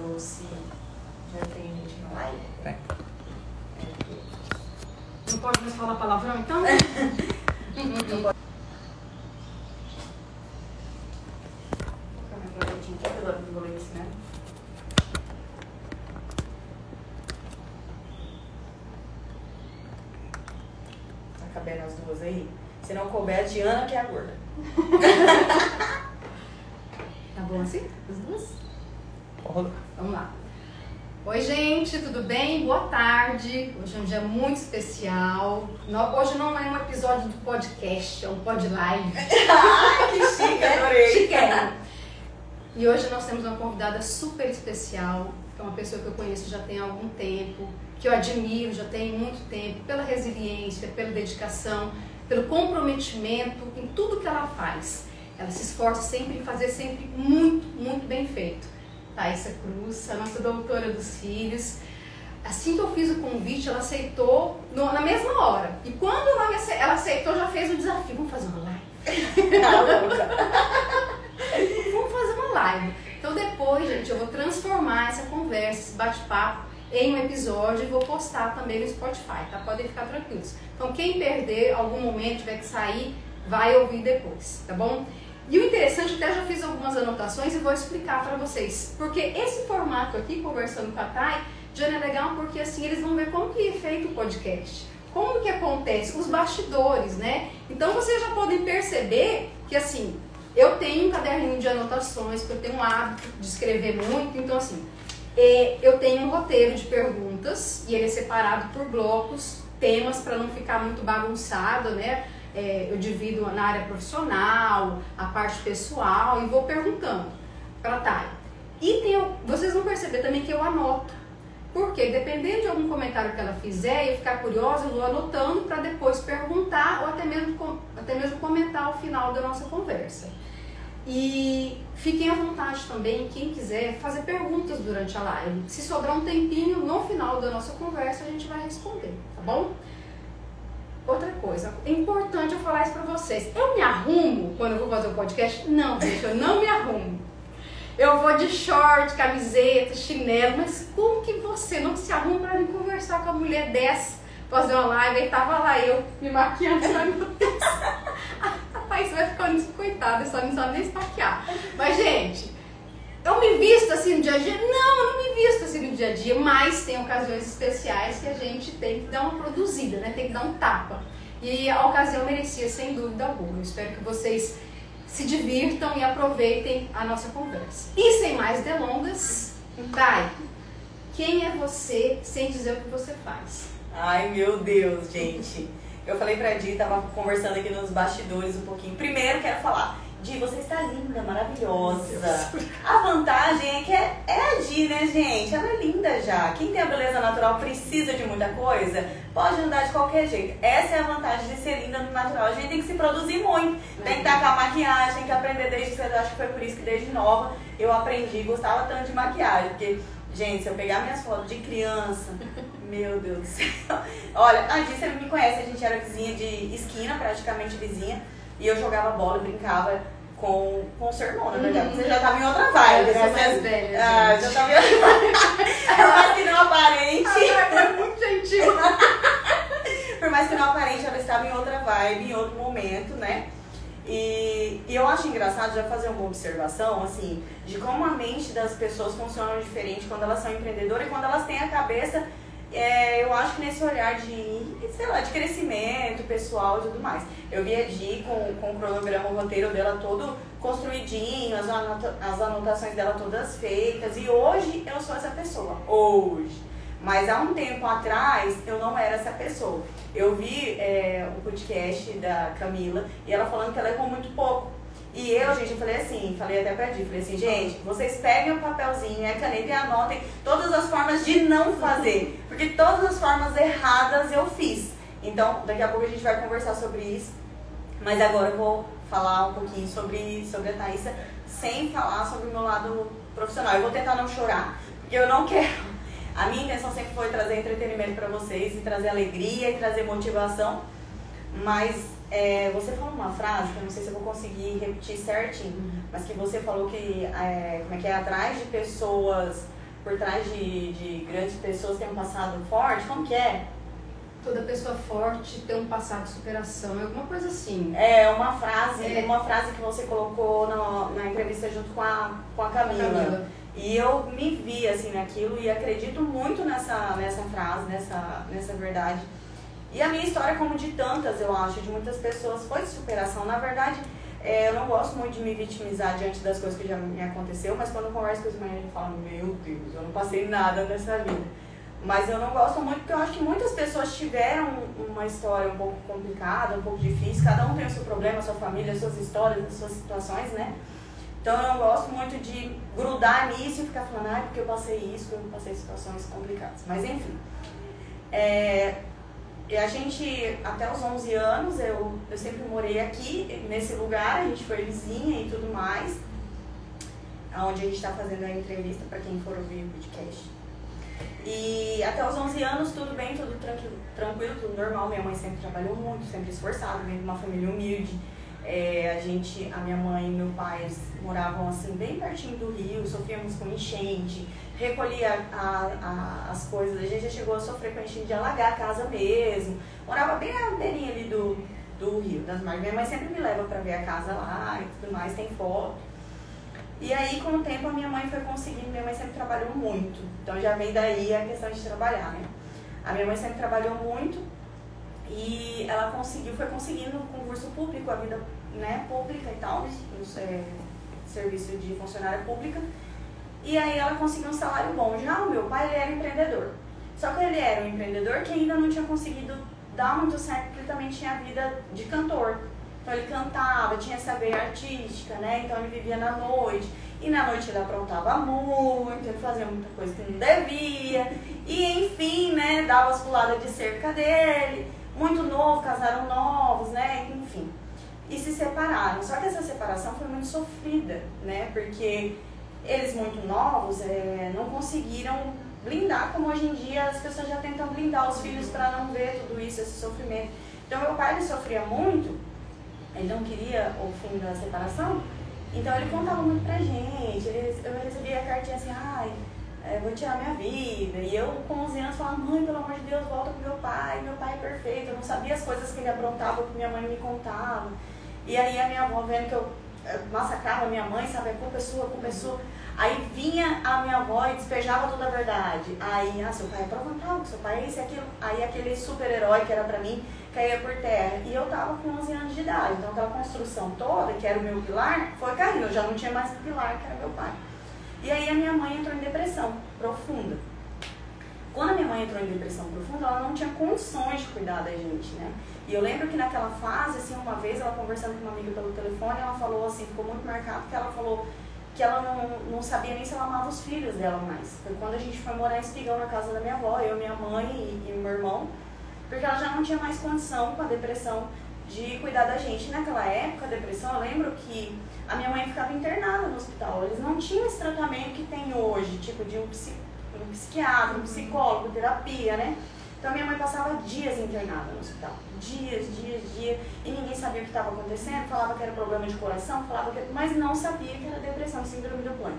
ou se já tem gente na live. Tem. Não pode mais falar palavrão, então? Não pode. Tá cabendo as duas aí? Se não couber, a Diana que é a gorda. Tá bom assim? As duas? Roda. Vamos lá. Oi, gente, tudo bem? Boa tarde. Hoje é um dia muito especial. Hoje não é um episódio do podcast, é um pod live. Ai, que chique, adorei. Chiquérrimo. E hoje nós temos uma convidada super especial, que é uma pessoa que eu conheço já tem algum tempo, que eu admiro já tem muito tempo, pela resiliência, pela dedicação, pelo comprometimento em tudo que ela faz. Ela se esforça sempre em fazer sempre muito, muito bem feito. Thaísa Cruz, a nossa doutora dos filhos. Assim que eu fiz o convite, ela aceitou na mesma hora. E quando ela aceitou, já fez o desafio. Vamos fazer uma live? Vamos fazer uma live. Então depois, gente, eu vou transformar essa conversa, esse bate-papo em um episódio e vou postar também no Spotify, tá? Podem ficar tranquilos. Então quem perder algum momento, tiver que sair, vai ouvir depois, tá bom? E o interessante, até já fiz algumas anotações e vou explicar para vocês. Porque esse formato aqui, conversando com a Thay, já é legal porque assim eles vão ver como que é feito o podcast. Como que acontece, os bastidores, né? Então vocês já podem perceber que assim, eu tenho um caderninho de anotações, porque eu tenho um hábito de escrever muito, então assim, eu tenho um roteiro de perguntas e ele é separado por blocos, temas para não ficar muito bagunçado, né? Eu divido na área profissional, a parte pessoal e vou perguntando para a Thay. E vocês vão perceber também que eu anoto. Porque dependendo de algum comentário que ela fizer e eu ficar curiosa, eu vou anotando para depois perguntar ou até mesmo comentar ao final da nossa conversa. E fiquem à vontade também, quem quiser, fazer perguntas durante a live. Se sobrar um tempinho, no final da nossa conversa, a gente vai responder, tá bom? Outra coisa, é importante eu falar isso pra vocês. Eu me arrumo quando eu vou fazer o podcast? Não, gente, eu não me arrumo. Eu vou de short, camiseta, chinelo, mas como que você não se arruma pra vir conversar com a mulher dessa, fazer uma live? Aí tava lá eu, me maquiando, sabe, meu Deus. Rapaz, você vai ficando coitada, só não sabe nem se maquiar. Mas, gente, eu me visto assim no dia a dia? Não, eu não me visto assim no dia a dia, mas tem ocasiões especiais que a gente tem que dar uma produzida, né? Tem que dar um tapa. E a ocasião merecia, sem dúvida alguma. Eu espero que vocês se divirtam e aproveitem a nossa conversa. E sem mais delongas, Thay, quem é você sem dizer o que você faz? Ai, meu Deus, gente. Eu falei pra Di, tava conversando aqui nos bastidores um pouquinho. Primeiro, quero falar, Di, você está linda, maravilhosa. A vantagem é que é a Di, né, gente? Ela é linda já. Quem tem a beleza natural precisa de muita coisa, pode andar de qualquer jeito. Essa é a vantagem de ser linda no natural. A gente tem que se produzir muito. Tem que estar com a maquiagem, tem que aprender desde cedo. Acho que foi por isso que desde nova eu aprendi, gostava tanto de maquiagem. Porque, gente, se eu pegar minhas fotos de criança, meu Deus do céu. Olha, a Di, você me conhece, a gente era vizinha de esquina, praticamente vizinha. E eu jogava bola e brincava com o seu irmão, na verdade. Você já tava em outra vibe. Você é mais velha. Já tava em outra vibe. Por mais que não aparente. É muito gentil. Por mais que não aparente, ela estava em outra vibe, em outro momento, né? E eu acho engraçado já fazer uma observação, assim, de como a mente das pessoas funciona diferente quando elas são empreendedoras e quando elas têm a cabeça, eu acho que nesse olhar de, sei lá, de crescimento pessoal e tudo mais. Eu vi a Di com o cronograma, o roteiro dela todo construidinho, as anotações dela todas feitas, e hoje eu sou essa pessoa, hoje. Mas há um tempo atrás eu não era essa pessoa. Eu vi o podcast da Camila e ela falando que ela errou muito pouco. E eu, gente, eu falei assim, falei até pra Di, falei assim, gente, vocês peguem o papelzinho e a caneta e anotem todas as formas de não fazer. Porque todas as formas erradas eu fiz. Então, daqui a pouco a gente vai conversar sobre isso. Mas agora eu vou falar um pouquinho sobre a Thaísa, sem falar sobre o meu lado profissional. Eu vou tentar não chorar, porque eu não quero. A minha intenção sempre foi trazer entretenimento pra vocês, e trazer alegria, e trazer motivação. Mas você falou uma frase, que eu não sei se eu vou conseguir repetir certinho, mas que você falou que, como é que é, atrás de pessoas por trás de grandes pessoas tem um passado forte? Como que é? Toda pessoa forte tem um passado de superação, é alguma coisa assim. É uma frase que você colocou na entrevista junto com a Camila. E eu me vi assim naquilo e acredito muito nessa frase, nessa verdade. E a minha história, como de tantas, eu acho, de muitas pessoas, foi de superação. Na verdade, eu não gosto muito de me vitimizar diante das coisas que já me aconteceu, mas quando eu converso com os meninos, eu falo, meu Deus, eu não passei nada nessa vida. Mas eu não gosto muito porque eu acho que muitas pessoas tiveram uma história um pouco complicada, um pouco difícil. Cada um tem o seu problema, a sua família, as suas histórias, as suas situações, né? Então eu não gosto muito de grudar nisso e ficar falando, porque eu passei isso, porque eu passei situações complicadas. Mas enfim. E a gente, até os 11 anos, eu sempre morei aqui, nesse lugar, a gente foi vizinha e tudo mais. Onde a gente está fazendo a entrevista para quem for ouvir o podcast. E até os 11 anos, tudo bem, tudo tranquilo, tudo normal. Minha mãe sempre trabalhou muito, sempre esforçada, vem de uma família humilde. A minha mãe e meu pai moravam assim, bem pertinho do rio, sofríamos com enchente, recolhia as coisas. A gente já chegou a sofrer com enchente de alagar a casa mesmo. Morava bem na beirinha ali do rio, das margens. Minha mãe sempre me leva para ver a casa lá e tudo mais, tem foto. E aí, com o tempo, a minha mãe foi conseguindo, minha mãe sempre trabalhou muito, então já vem daí a questão de trabalhar, né? A minha mãe sempre trabalhou muito e ela foi conseguindo concurso público, a vida, né, pública e tal, serviço de funcionária pública, e aí ela conseguiu um salário bom. Já o meu pai, ele era empreendedor, só que ele era um empreendedor que ainda não tinha conseguido dar muito certo, porque ele também tinha a vida de cantor. Então ele cantava, tinha essa veia artística, né? Então ele vivia na noite. E na noite ele aprontava muito, ele fazia muita coisa que não devia. E enfim, né? Dava as puladas de cerca dele. Muito novo, casaram novos, né? Enfim. E se separaram. Só que essa separação foi muito sofrida, né? Porque eles muito novos não conseguiram blindar, como hoje em dia as pessoas já tentam blindar os filhos para não ver tudo isso, esse sofrimento. Então meu pai, ele sofria muito. Ele não queria o fim da separação, então ele contava muito pra gente. Eu recebia a cartinha assim, vou tirar minha vida. E eu, com 11 anos, falava, mãe, pelo amor de Deus, volta pro meu pai é perfeito. Eu não sabia as coisas que ele aprontava, que minha mãe me contava. E aí a minha avó, vendo que eu massacrava a minha mãe, sabe, a culpa é sua, a culpa é sua. Aí vinha a minha avó e despejava toda a verdade. Aí, seu pai é aprontava, seu pai é isso e aquilo. Aí aquele super-herói que era pra mim, caía por terra. E eu tava com 11 anos de idade. Então aquela construção toda, que era o meu pilar, foi caindo. Eu já não tinha mais pilar, que era meu pai. E aí a minha mãe entrou em depressão profunda. Quando a minha mãe entrou em depressão profunda, ela não tinha condições de cuidar da gente, né? E eu lembro que naquela fase, assim, uma vez, ela conversando com uma amiga pelo telefone, ela falou assim, ficou muito marcado, que ela falou que ela não sabia nem se ela amava os filhos dela mais. Foi quando a gente foi morar em Espigão, na casa da minha avó, eu, minha mãe e meu irmão, porque ela já não tinha mais condição com a depressão de cuidar da gente. Naquela época, a depressão, eu lembro que a minha mãe ficava internada no hospital. Eles não tinham esse tratamento que tem hoje, tipo de um psiquiatra, um psicólogo, terapia, né? Então minha mãe passava dias internada no hospital. Dias. E ninguém sabia o que estava acontecendo, falava que era problema de coração, mas não sabia que era depressão, síndrome do pânico.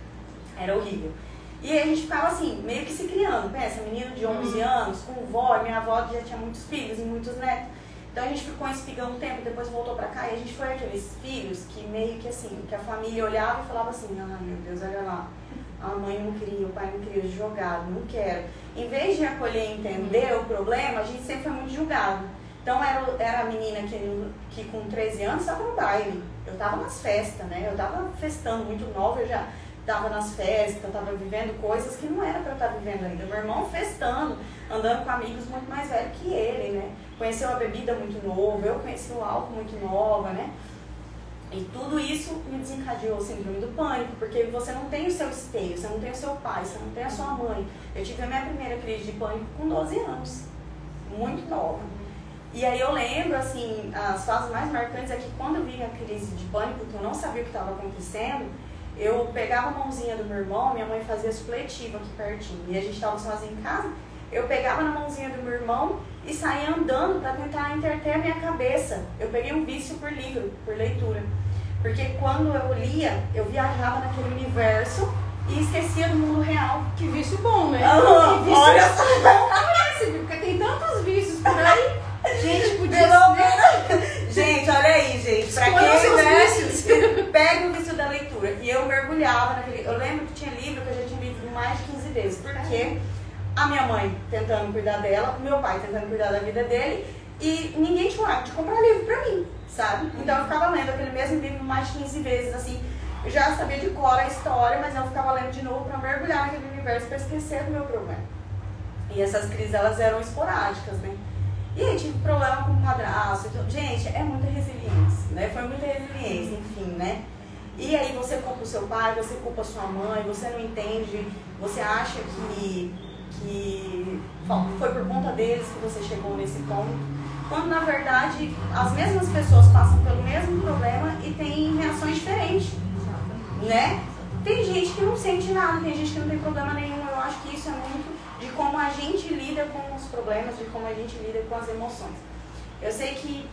Era horrível. E aí a gente ficava assim, meio que se criando, pensa, menino de 11 anos, com vó, minha avó já tinha muitos filhos e muitos netos. Então a gente ficou em Espigão um tempo, depois voltou pra cá e a gente foi aqueles filhos que meio que assim, que a família olhava e falava assim, meu Deus, olha lá, a mãe não queria, o pai não queria, jogado, não quero. Em vez de acolher e entender o problema, a gente sempre foi muito julgado. Então era a menina que com 13 anos estava no baile, eu estava nas festas, né? Eu estava festando muito nova, eu já estava nas festas, eu estava vivendo coisas que não era para eu estar vivendo ainda. Meu irmão festando, andando com amigos muito mais velhos que ele, né? Conheceu a bebida muito nova, eu conheci o álcool muito nova, né? E tudo isso me desencadeou o síndrome do pânico, porque você não tem o seu esteio, você não tem o seu pai, você não tem a sua mãe. Eu tive a minha primeira crise de pânico com 12 anos, muito nova. E aí eu lembro, assim, as fases mais marcantes é que quando eu vi a crise de pânico, que eu não sabia o que estava acontecendo, eu pegava a mãozinha do meu irmão, minha mãe fazia supletivo aqui pertinho, e a gente estava sozinho em casa, eu pegava na mãozinha do meu irmão e saía andando para tentar interter a minha cabeça. Eu peguei um vício por livro, por leitura. Porque quando eu lia, eu viajava naquele universo e esquecia do mundo real. né? Olha só. Porque tem tantos vícios por aí. Gente, podia ser. Gente, olha aí, gente. Pra quem, né? Pega o vício da leitura. E eu mergulhava naquele. Eu lembro que tinha livro que eu já tinha lido mais de 15 vezes. Porque a minha mãe tentando cuidar dela, o meu pai tentando cuidar da vida dele. E ninguém tinha coragem de comprar livro pra mim, sabe? Então eu ficava lendo aquele mesmo livro mais de 15 vezes, assim. Eu já sabia de cor a história, mas eu ficava lendo de novo pra mergulhar naquele universo, pra esquecer do meu problema. E essas crises, elas eram esporádicas, né? E aí tive problema com o padrasto. Então, gente, é muita resiliência, né? Foi muita resiliência, enfim, né? E aí você culpa o seu pai, você culpa a sua mãe, você não entende, você acha que foi por conta deles que você chegou nesse ponto. Quando, na verdade, as mesmas pessoas passam pelo mesmo problema e têm reações diferentes, né? Tem gente que não sente nada, tem gente que não tem problema nenhum. Eu acho que isso é muito de como a gente lida com os problemas, de como a gente lida com as emoções. Eu sei que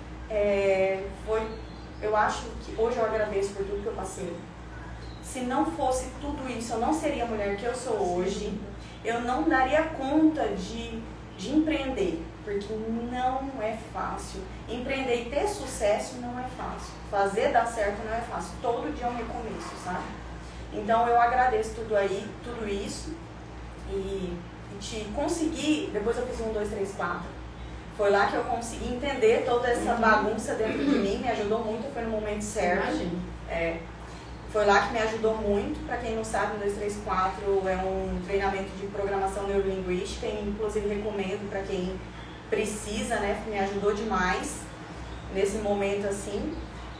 eu acho que hoje eu agradeço por tudo que eu passei. Se não fosse tudo isso, eu não seria a mulher que eu sou hoje. Eu não daria conta de empreender, porque não é fácil. Empreender e ter sucesso não é fácil. Fazer dar certo não é fácil. Todo dia é um recomeço, sabe? Então eu agradeço tudo isso e te consegui, depois eu fiz 1, 2, 3, 4. Foi lá que eu consegui entender toda essa bagunça dentro de mim, me ajudou muito, foi no momento certo. Imagina. Foi lá que me ajudou muito. Para quem não sabe, 1, 2, 3, 4 é um treinamento de programação neurolinguística e inclusive recomendo para quem precisa, né? Me ajudou demais nesse momento assim.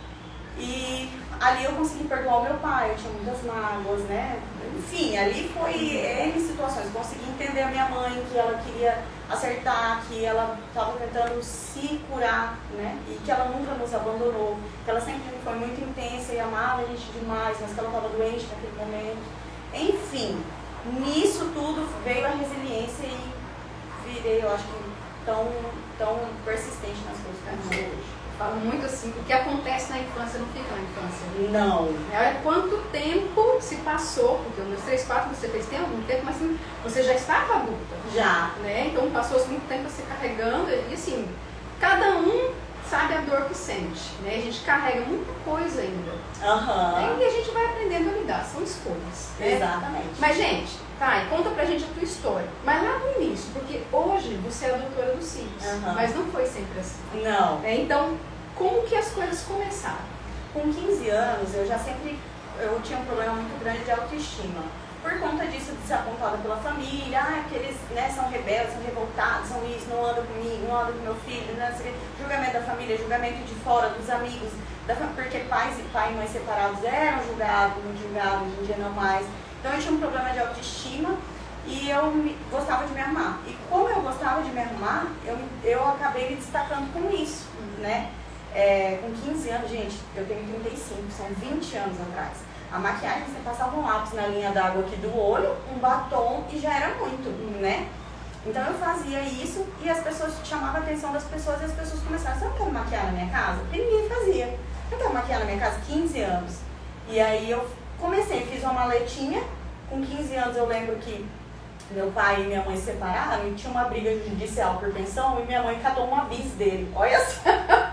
E ali eu consegui perdoar o meu pai, eu tinha muitas mágoas, né? Enfim, ali foi N situações. Consegui entender a minha mãe, que ela queria acertar, que ela estava tentando se curar, né? E que ela nunca nos abandonou, que ela sempre foi muito intensa e amava a gente demais, mas que ela estava doente naquele momento. Enfim, nisso tudo veio a resiliência e virei, eu acho que, tão persistente nas coisas que eu sou hoje. Falo muito assim, o que acontece na infância não fica na infância. Não. Olha quanto tempo se passou, porque o 1, 2, 3, 4 você fez tem algum tempo, mas assim, você já estava adulta. Já. Né? Então passou-se muito tempo se carregando e assim, cada um sabe a dor que sente. Né? A gente carrega muita coisa ainda. Uhum. E a gente vai aprendendo a lidar, são escolhas. Né? Exatamente. Mas gente, tá, e conta pra gente a tua história. Mas lá no início, porque hoje você é a doutora dos cílios, mas não foi sempre assim. Não. Então, como que as coisas começaram? Com 15 anos, eu tinha um problema muito grande de autoestima. Por conta disso, desapontada pela família, porque eles, né, são rebeldes, são revoltados, são isso, não andam comigo, não andam com meu filho, né, julgamento da família, julgamento de fora, dos amigos, porque pai e mãe separados eram julgados, muito julgados, hoje em dia não mais. Então eu tinha um problema de autoestima e eu gostava de me arrumar. E como eu gostava de me arrumar, eu acabei me destacando com isso, né? Com 15 anos, gente, eu tenho 35, são 20 anos atrás. A maquiagem, você passava um lápis na linha d'água aqui do olho, um batom e já era muito, né? Então eu fazia isso e as pessoas chamavam a atenção das pessoas e as pessoas começaram, você não quer maquiar na minha casa? Porque ninguém fazia. Eu quero maquiar na minha casa 15 anos. E aí eu comecei, fiz uma maletinha. Com 15 anos eu lembro que meu pai e minha mãe se separaram e tinha uma briga judicial por pensão e minha mãe catou uma bis dele. Olha só!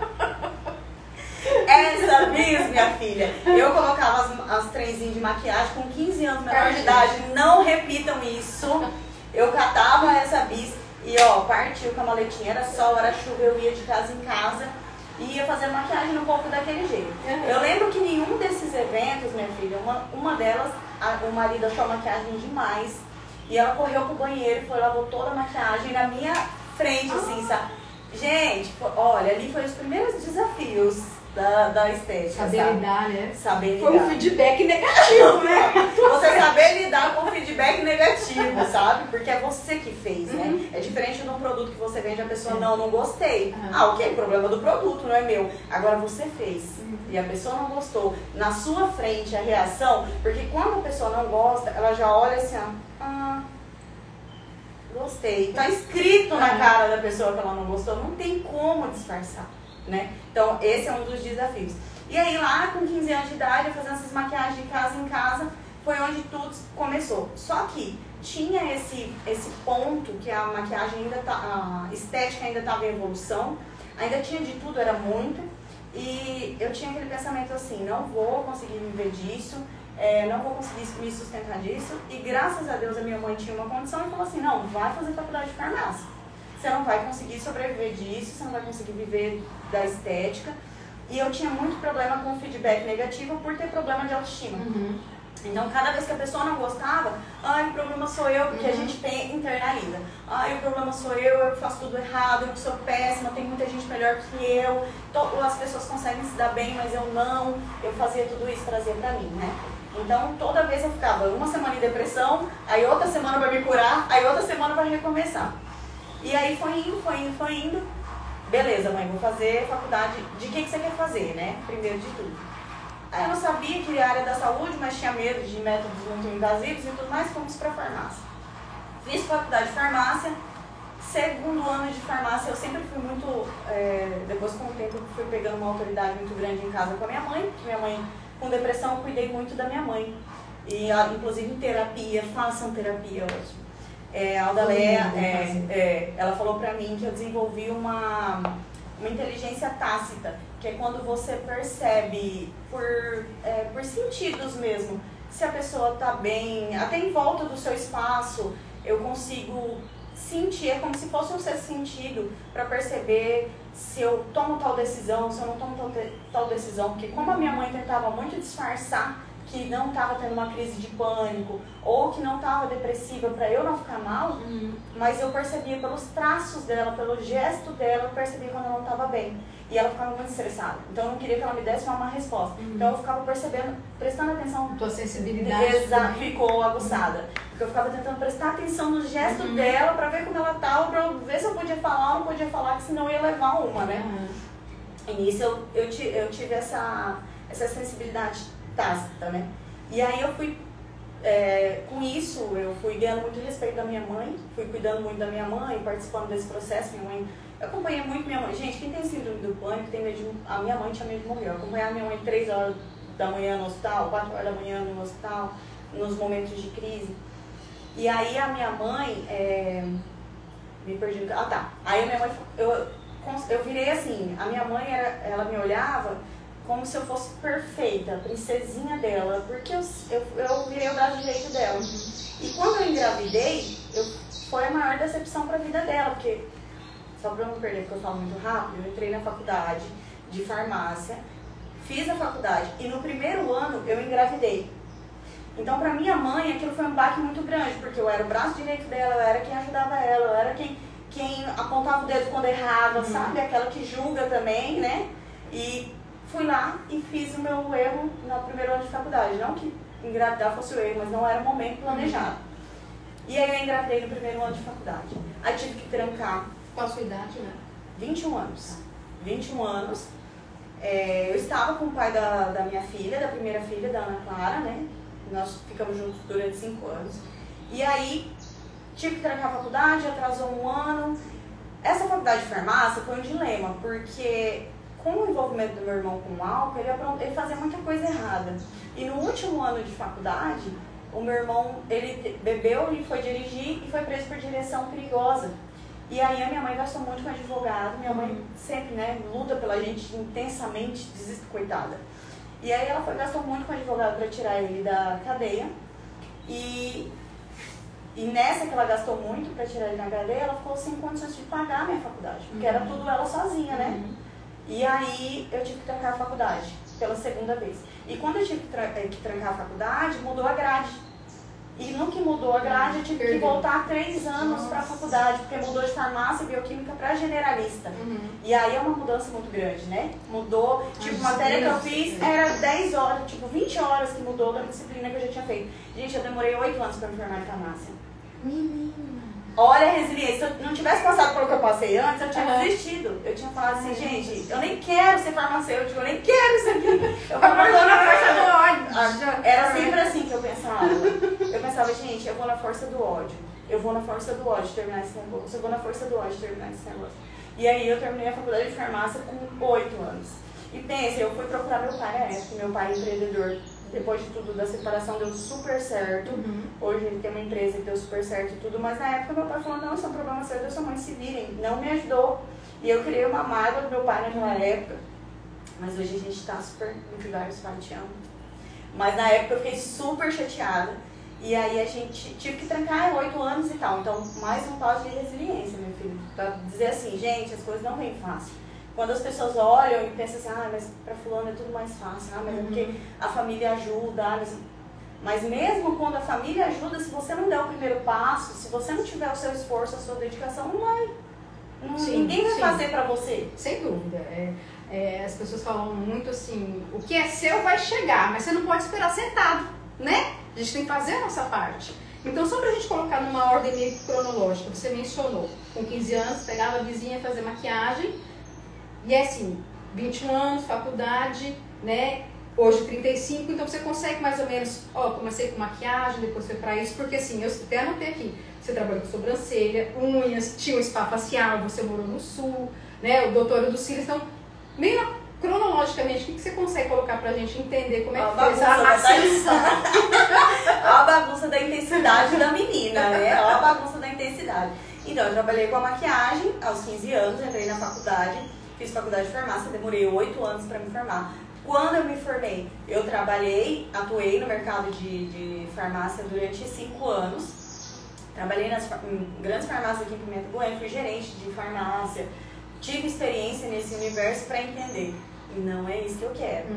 Essa bis, minha filha, eu colocava as trenzinhas de maquiagem com 15 anos, menor de idade, não repitam isso. Eu catava essa bis e ó, partiu com a maletinha, era sol, era chuva, eu ia de casa em casa e ia fazendo maquiagem no corpo daquele jeito. Eu lembro que nenhum desses eventos, minha filha, uma delas, o marido achou a maquiagem demais e ela correu pro banheiro e foi, lavou toda a maquiagem na minha frente, assim, sabe? Gente, olha, ali foi os primeiros desafios da estética. Saber lidar, né? Saber lidar. Foi um feedback negativo, né? Você saber lidar com feedback negativo, sabe? Porque é você que fez, né? É diferente de um produto que você vende e a pessoa, não gostei. Ok, problema do produto, não é meu. Agora você fez e a pessoa não gostou. Na sua frente a reação, porque quando a pessoa não gosta, ela já olha assim, gostei. Tá escrito na cara da pessoa que ela não gostou, não tem como disfarçar, né? Então esse é um dos desafios. E aí lá com 15 anos de idade, eu fazendo essas maquiagens de casa em casa, foi onde tudo começou. Só que tinha esse ponto que a maquiagem ainda a estética ainda estava em evolução, ainda tinha de tudo, era muito, e eu tinha aquele pensamento assim, não vou conseguir viver disso, não vou conseguir me sustentar disso, e graças a Deus a minha mãe tinha uma condição e falou assim, não, vai fazer faculdade de farmácia, você não vai conseguir sobreviver disso, você não vai conseguir viver da estética, e eu tinha muito problema com feedback negativo por ter problema de autoestima. Então, cada vez que a pessoa não gostava, o problema sou eu, porque a gente internaliza. O problema sou eu que faço tudo errado, eu sou péssima, tem muita gente melhor que eu, as pessoas conseguem se dar bem, mas eu não. Eu fazia tudo isso, trazia pra mim, né? Então, toda vez eu ficava uma semana em depressão, aí outra semana pra me curar, aí outra semana pra recomeçar. E aí foi indo. Beleza, mãe, vou fazer faculdade. De que você quer fazer, né? Primeiro de tudo. Aí eu não sabia que era área da saúde, mas tinha medo de métodos muito invasivos e tudo mais, fomos para farmácia. Fiz faculdade de farmácia, segundo ano de farmácia eu sempre fui muito, depois com o tempo eu fui pegando uma autoridade muito grande em casa com a minha mãe, porque minha mãe com depressão eu cuidei muito da minha mãe. E inclusive em terapia, façam terapia hoje. A Aldaléa, ela falou pra mim que eu desenvolvi uma inteligência tácita, que é quando você percebe por sentidos mesmo, se a pessoa está bem, até em volta do seu espaço, eu consigo sentir, é como se fosse um sexto sentido para perceber se eu tomo tal decisão, se eu não tomo tal decisão, porque como a minha mãe tentava muito disfarçar que não estava tendo uma crise de pânico ou que não estava depressiva para eu não ficar mal, mas eu percebia pelos traços dela, pelo gesto dela, eu percebia quando ela não estava bem. E ela ficava muito estressada. Então eu não queria que ela me desse uma má resposta. Então eu ficava percebendo, prestando atenção. Tua sensibilidade ficou aguçada. Porque eu ficava tentando prestar atenção no gesto dela para ver como ela estava, para ver se eu podia falar ou não podia falar, que senão eu ia levar uma, né? E nisso eu tive essa sensibilidade tácita, né? E aí eu fui, com isso, eu fui ganhando muito respeito da minha mãe, fui cuidando muito da minha mãe, participando desse processo. Minha mãe, eu acompanhei muito minha mãe. Gente, quem tem síndrome do pânico tem medo de... A minha mãe tinha medo de morrer. Eu acompanhava minha mãe 3 horas da manhã no hospital, 4 horas da manhã no hospital, nos momentos de crise. E aí a minha mãe, me perdi no... Aí a minha mãe, eu virei assim, a minha mãe, ela me olhava como se eu fosse perfeita, a princesinha dela, porque eu virei o braço direito dela. E quando eu engravidei, foi a maior decepção para a vida dela, porque, só para eu não perder, porque eu falo muito rápido, eu entrei na faculdade de farmácia, fiz a faculdade, e no primeiro ano eu engravidei. Então, para minha mãe, aquilo foi um baque muito grande, porque eu era o braço direito dela, eu era quem ajudava ela, eu era quem apontava o dedo quando errava, sabe? Aquela que julga também, né? E fui lá e fiz o meu erro no primeiro ano de faculdade. Não que engravidar fosse o erro, mas não era o momento planejado. E aí eu engravidei no primeiro ano de faculdade. Aí tive que trancar. Qual a sua idade, né? 21 anos. 21 anos. Eu estava com o pai da minha filha, da primeira filha, da Ana Clara, né? Nós ficamos juntos durante 5 anos. E aí tive que trancar a faculdade, atrasou 1 ano. Essa faculdade de farmácia foi um dilema, porque com o envolvimento do meu irmão com o álcool, ele fazia muita coisa errada. E no último ano de faculdade, o meu irmão, ele bebeu e foi dirigir e foi preso por direção perigosa. E aí a minha mãe gastou muito com advogado. Minha mãe sempre, né, luta pela gente intensamente, coitada. E aí ela gastou muito com advogado para tirar ele da cadeia. E nessa que ela gastou muito para tirar ele da cadeia, ela ficou sem condições de pagar a minha faculdade. Porque era tudo ela sozinha, né? E aí eu tive que trancar a faculdade pela segunda vez. E quando eu tive que trancar a faculdade, mudou a grade. E no que mudou a grade, eu tive que voltar 3 anos para a faculdade, porque mudou de farmácia e bioquímica para generalista. E aí é uma mudança muito grande, né? Mudou, tipo, matéria que eu fiz era 10 horas, tipo, 20 horas que mudou da disciplina que eu já tinha feito. Gente, eu demorei 8 anos para me formar em farmácia. Olha a resiliência. Se eu não tivesse passado pelo que eu passei antes, eu tinha desistido. Eu tinha falado assim, gente, eu nem quero ser farmacêutico, eu nem quero isso aqui. Eu vou na força do ódio. Era sempre assim que eu pensava. Eu pensava, gente, eu vou na força do ódio. Eu vou na força do ódio terminar esse negócio. Eu vou na força do ódio terminar esse negócio. E aí eu terminei a faculdade de farmácia com 8 anos. E pensa, eu fui procurar meu pai na época, meu pai é empreendedor depois de tudo, da separação, deu super certo. Hoje ele tem uma empresa que deu super certo e tudo, mas na época meu pai falou, não, isso é um problema seu, Deus, sua mãe se virem. Não me ajudou. E eu criei uma mágoa do meu pai naquela época. Mas hoje a gente tá super muito vários pai, te amo. Mas na época eu fiquei super chateada. E aí a gente tive que trancar 8 anos e tal. Então, mais um passo de resiliência, meu filho. Pra dizer assim, gente, as coisas não vêm fácil. Quando as pessoas olham e pensam assim, ah, mas pra fulano é tudo mais fácil. Ah, mas é porque a família ajuda. Ah, mas mesmo quando a família ajuda, se você não der o primeiro passo, se você não tiver o seu esforço, a sua dedicação, não vai. Ninguém vai fazer pra você. Sem dúvida. As pessoas falam muito assim, o que é seu vai chegar, mas você não pode esperar sentado, né? A gente tem que fazer a nossa parte. Então, só pra gente colocar numa ordem meio cronológica, você mencionou, com 15 anos, pegava a vizinha fazer maquiagem, e é assim, 21 anos, faculdade, né? Hoje 35, então você consegue mais ou menos, comecei com maquiagem, depois foi pra isso, porque assim, eu até anotei aqui, você trabalhou com sobrancelha, unhas, tinha um spa facial, você morou no sul, né? O doutor dos cílios, então, meio cronologicamente, o que você consegue colocar pra gente entender como é que fez a ascensão? Olha a bagunça da intensidade da menina, né? Olha a bagunça da intensidade. Então, eu trabalhei com a maquiagem aos 15 anos, entrei na faculdade, fiz faculdade de farmácia, demorei 8 anos pra me formar. Quando eu me formei, eu atuei no mercado de farmácia durante 5 anos. Trabalhei em grandes farmácias aqui em Pimenta Bueno, fui gerente de farmácia. Tive experiência nesse universo para entender. E não é isso que eu quero.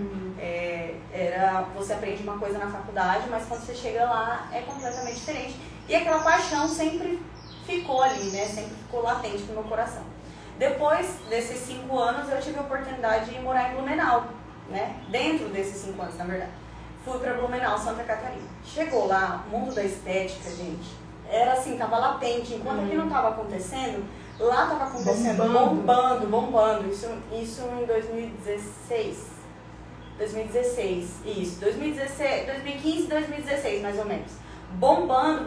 Você aprende uma coisa na faculdade, mas quando você chega lá é completamente diferente. E aquela paixão sempre ficou ali, né? Sempre ficou latente no meu coração. Depois desses 5 anos, eu tive a oportunidade de morar em Blumenau, né? Dentro desses 5 anos, na verdade. Fui para Blumenau, Santa Catarina. Chegou lá, o mundo da estética, gente, era assim, tava latente. Enquanto aqui não estava acontecendo, lá estava acontecendo, bombando. Isso em 2016. 2016, isso. 2016, 2015, 2016, mais ou menos. Bombando.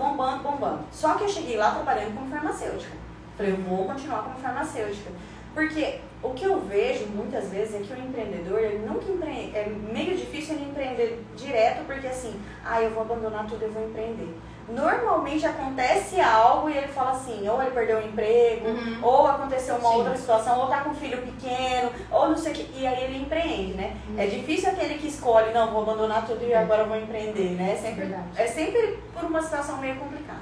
Só que eu cheguei lá trabalhando como farmacêutica. Falei, eu vou continuar como farmacêutica. Porque o que eu vejo muitas vezes é que o empreendedor, ele nunca empreende, é meio difícil ele empreender direto, porque assim, eu vou abandonar tudo, eu vou empreender. Normalmente acontece algo e ele fala assim, ou ele perdeu o emprego, ou aconteceu uma outra situação, ou tá com um filho pequeno, ou não sei o que, e aí ele empreende, né? É difícil aquele que escolhe, não, vou abandonar tudo e agora vou empreender, né? É sempre por uma situação meio complicada.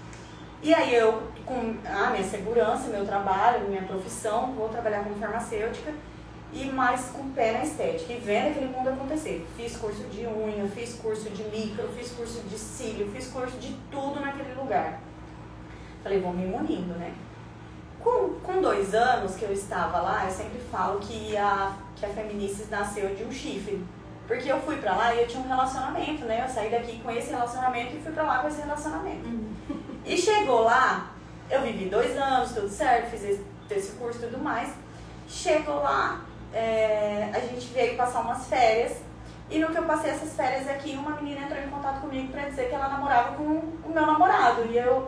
E aí eu, com a minha segurança, meu trabalho, minha profissão, vou trabalhar como farmacêutica, e mais com o pé na estética, e vendo aquele mundo acontecer. Fiz curso de unha, fiz curso de micro, fiz curso de cílio, fiz curso de tudo naquele lugar. Falei, vou me munindo, né? Com 2 anos que eu estava lá, eu sempre falo que a Feminices nasceu de um chifre. Porque eu fui pra lá e eu tinha um relacionamento, né? Eu saí daqui com esse relacionamento e fui pra lá com esse relacionamento. E chegou lá, eu vivi 2 anos, tudo certo, fiz esse curso e tudo mais. Chegou lá, a gente veio passar umas férias. E no que eu passei essas férias aqui, uma menina entrou em contato comigo pra dizer que ela namorava com o meu namorado. E eu,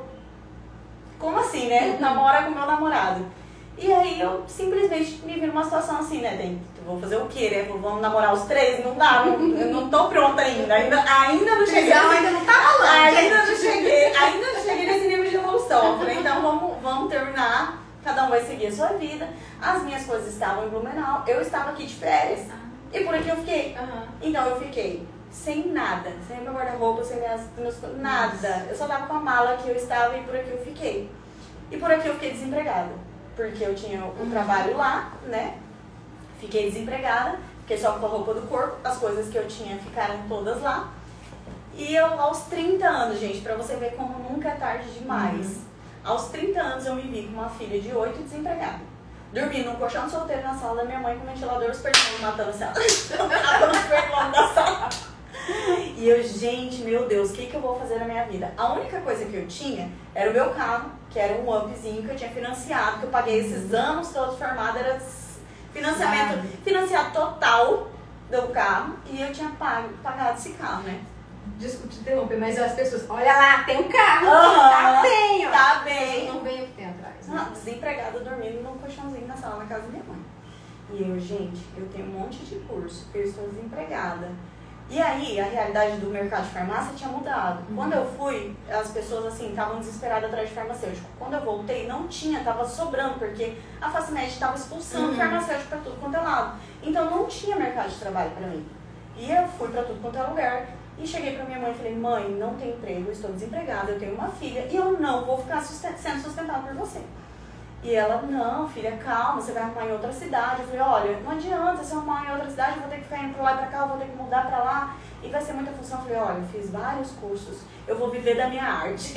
como assim, né? Namora com o meu namorado. E aí eu simplesmente me vi numa situação assim, né? Vou fazer o quê, né? Vamos namorar os 3? Não dá, eu não tô pronta ainda. Ainda não cheguei. Ainda não tá rolando. Ainda não cheguei nesse nível de evolução. Eu falei, então vamos terminar. Cada um vai seguir a sua vida. As minhas coisas estavam em Blumenau. Eu estava aqui de férias. E por aqui eu fiquei. Então eu fiquei sem nada. Sem meu guarda-roupa, sem nada. Eu só tava com a mala que eu estava e por aqui eu fiquei. E por aqui eu fiquei desempregada. Porque eu tinha um trabalho lá, né? Fiquei desempregada. Fiquei só com a roupa do corpo. As coisas que eu tinha ficaram todas lá. E eu, aos 30 anos, gente, pra você ver como nunca é tarde demais. Aos 30 anos eu me vi com uma filha de 8 desempregada. Dormindo num colchão solteiro na sala da minha mãe com o ventilador superando, matando os perfumes da sala. E eu, gente, meu Deus, o que eu vou fazer na minha vida? A única coisa que eu tinha era o meu carro, que era um upzinho que eu tinha financiado, que eu paguei esses anos todos formada, era financiado total do carro, e eu tinha pagado esse carro, né? Desculpa te interromper, mas as pessoas, olha lá, tem um carro, tá bem. Não vem o que tem atrás. Né? Desempregada, dormindo num colchãozinho na sala, na casa da minha mãe. E eu, gente, eu tenho um monte de curso, porque eu estou desempregada. E aí, a realidade do mercado de farmácia tinha mudado. Quando eu fui, as pessoas, assim, estavam desesperadas atrás de farmacêutico. Quando eu voltei, não tinha, tava sobrando, porque a Facimed estava expulsando farmacêutico para tudo quanto é lado. Então, não tinha mercado de trabalho para mim. E eu fui para tudo quanto é lugar. E cheguei para minha mãe e falei, mãe, não tenho emprego, estou desempregada, eu tenho uma filha e eu não vou ficar sendo sustentada por você. E ela, não, filha, calma, você vai arrumar em outra cidade. Eu falei, olha, não adianta, se eu arrumar em outra cidade, eu vou ter que ficar indo pra lá e pra cá, eu vou ter que mudar pra lá. E vai ser muita função. Eu falei, olha, eu fiz vários cursos, eu vou viver da minha arte.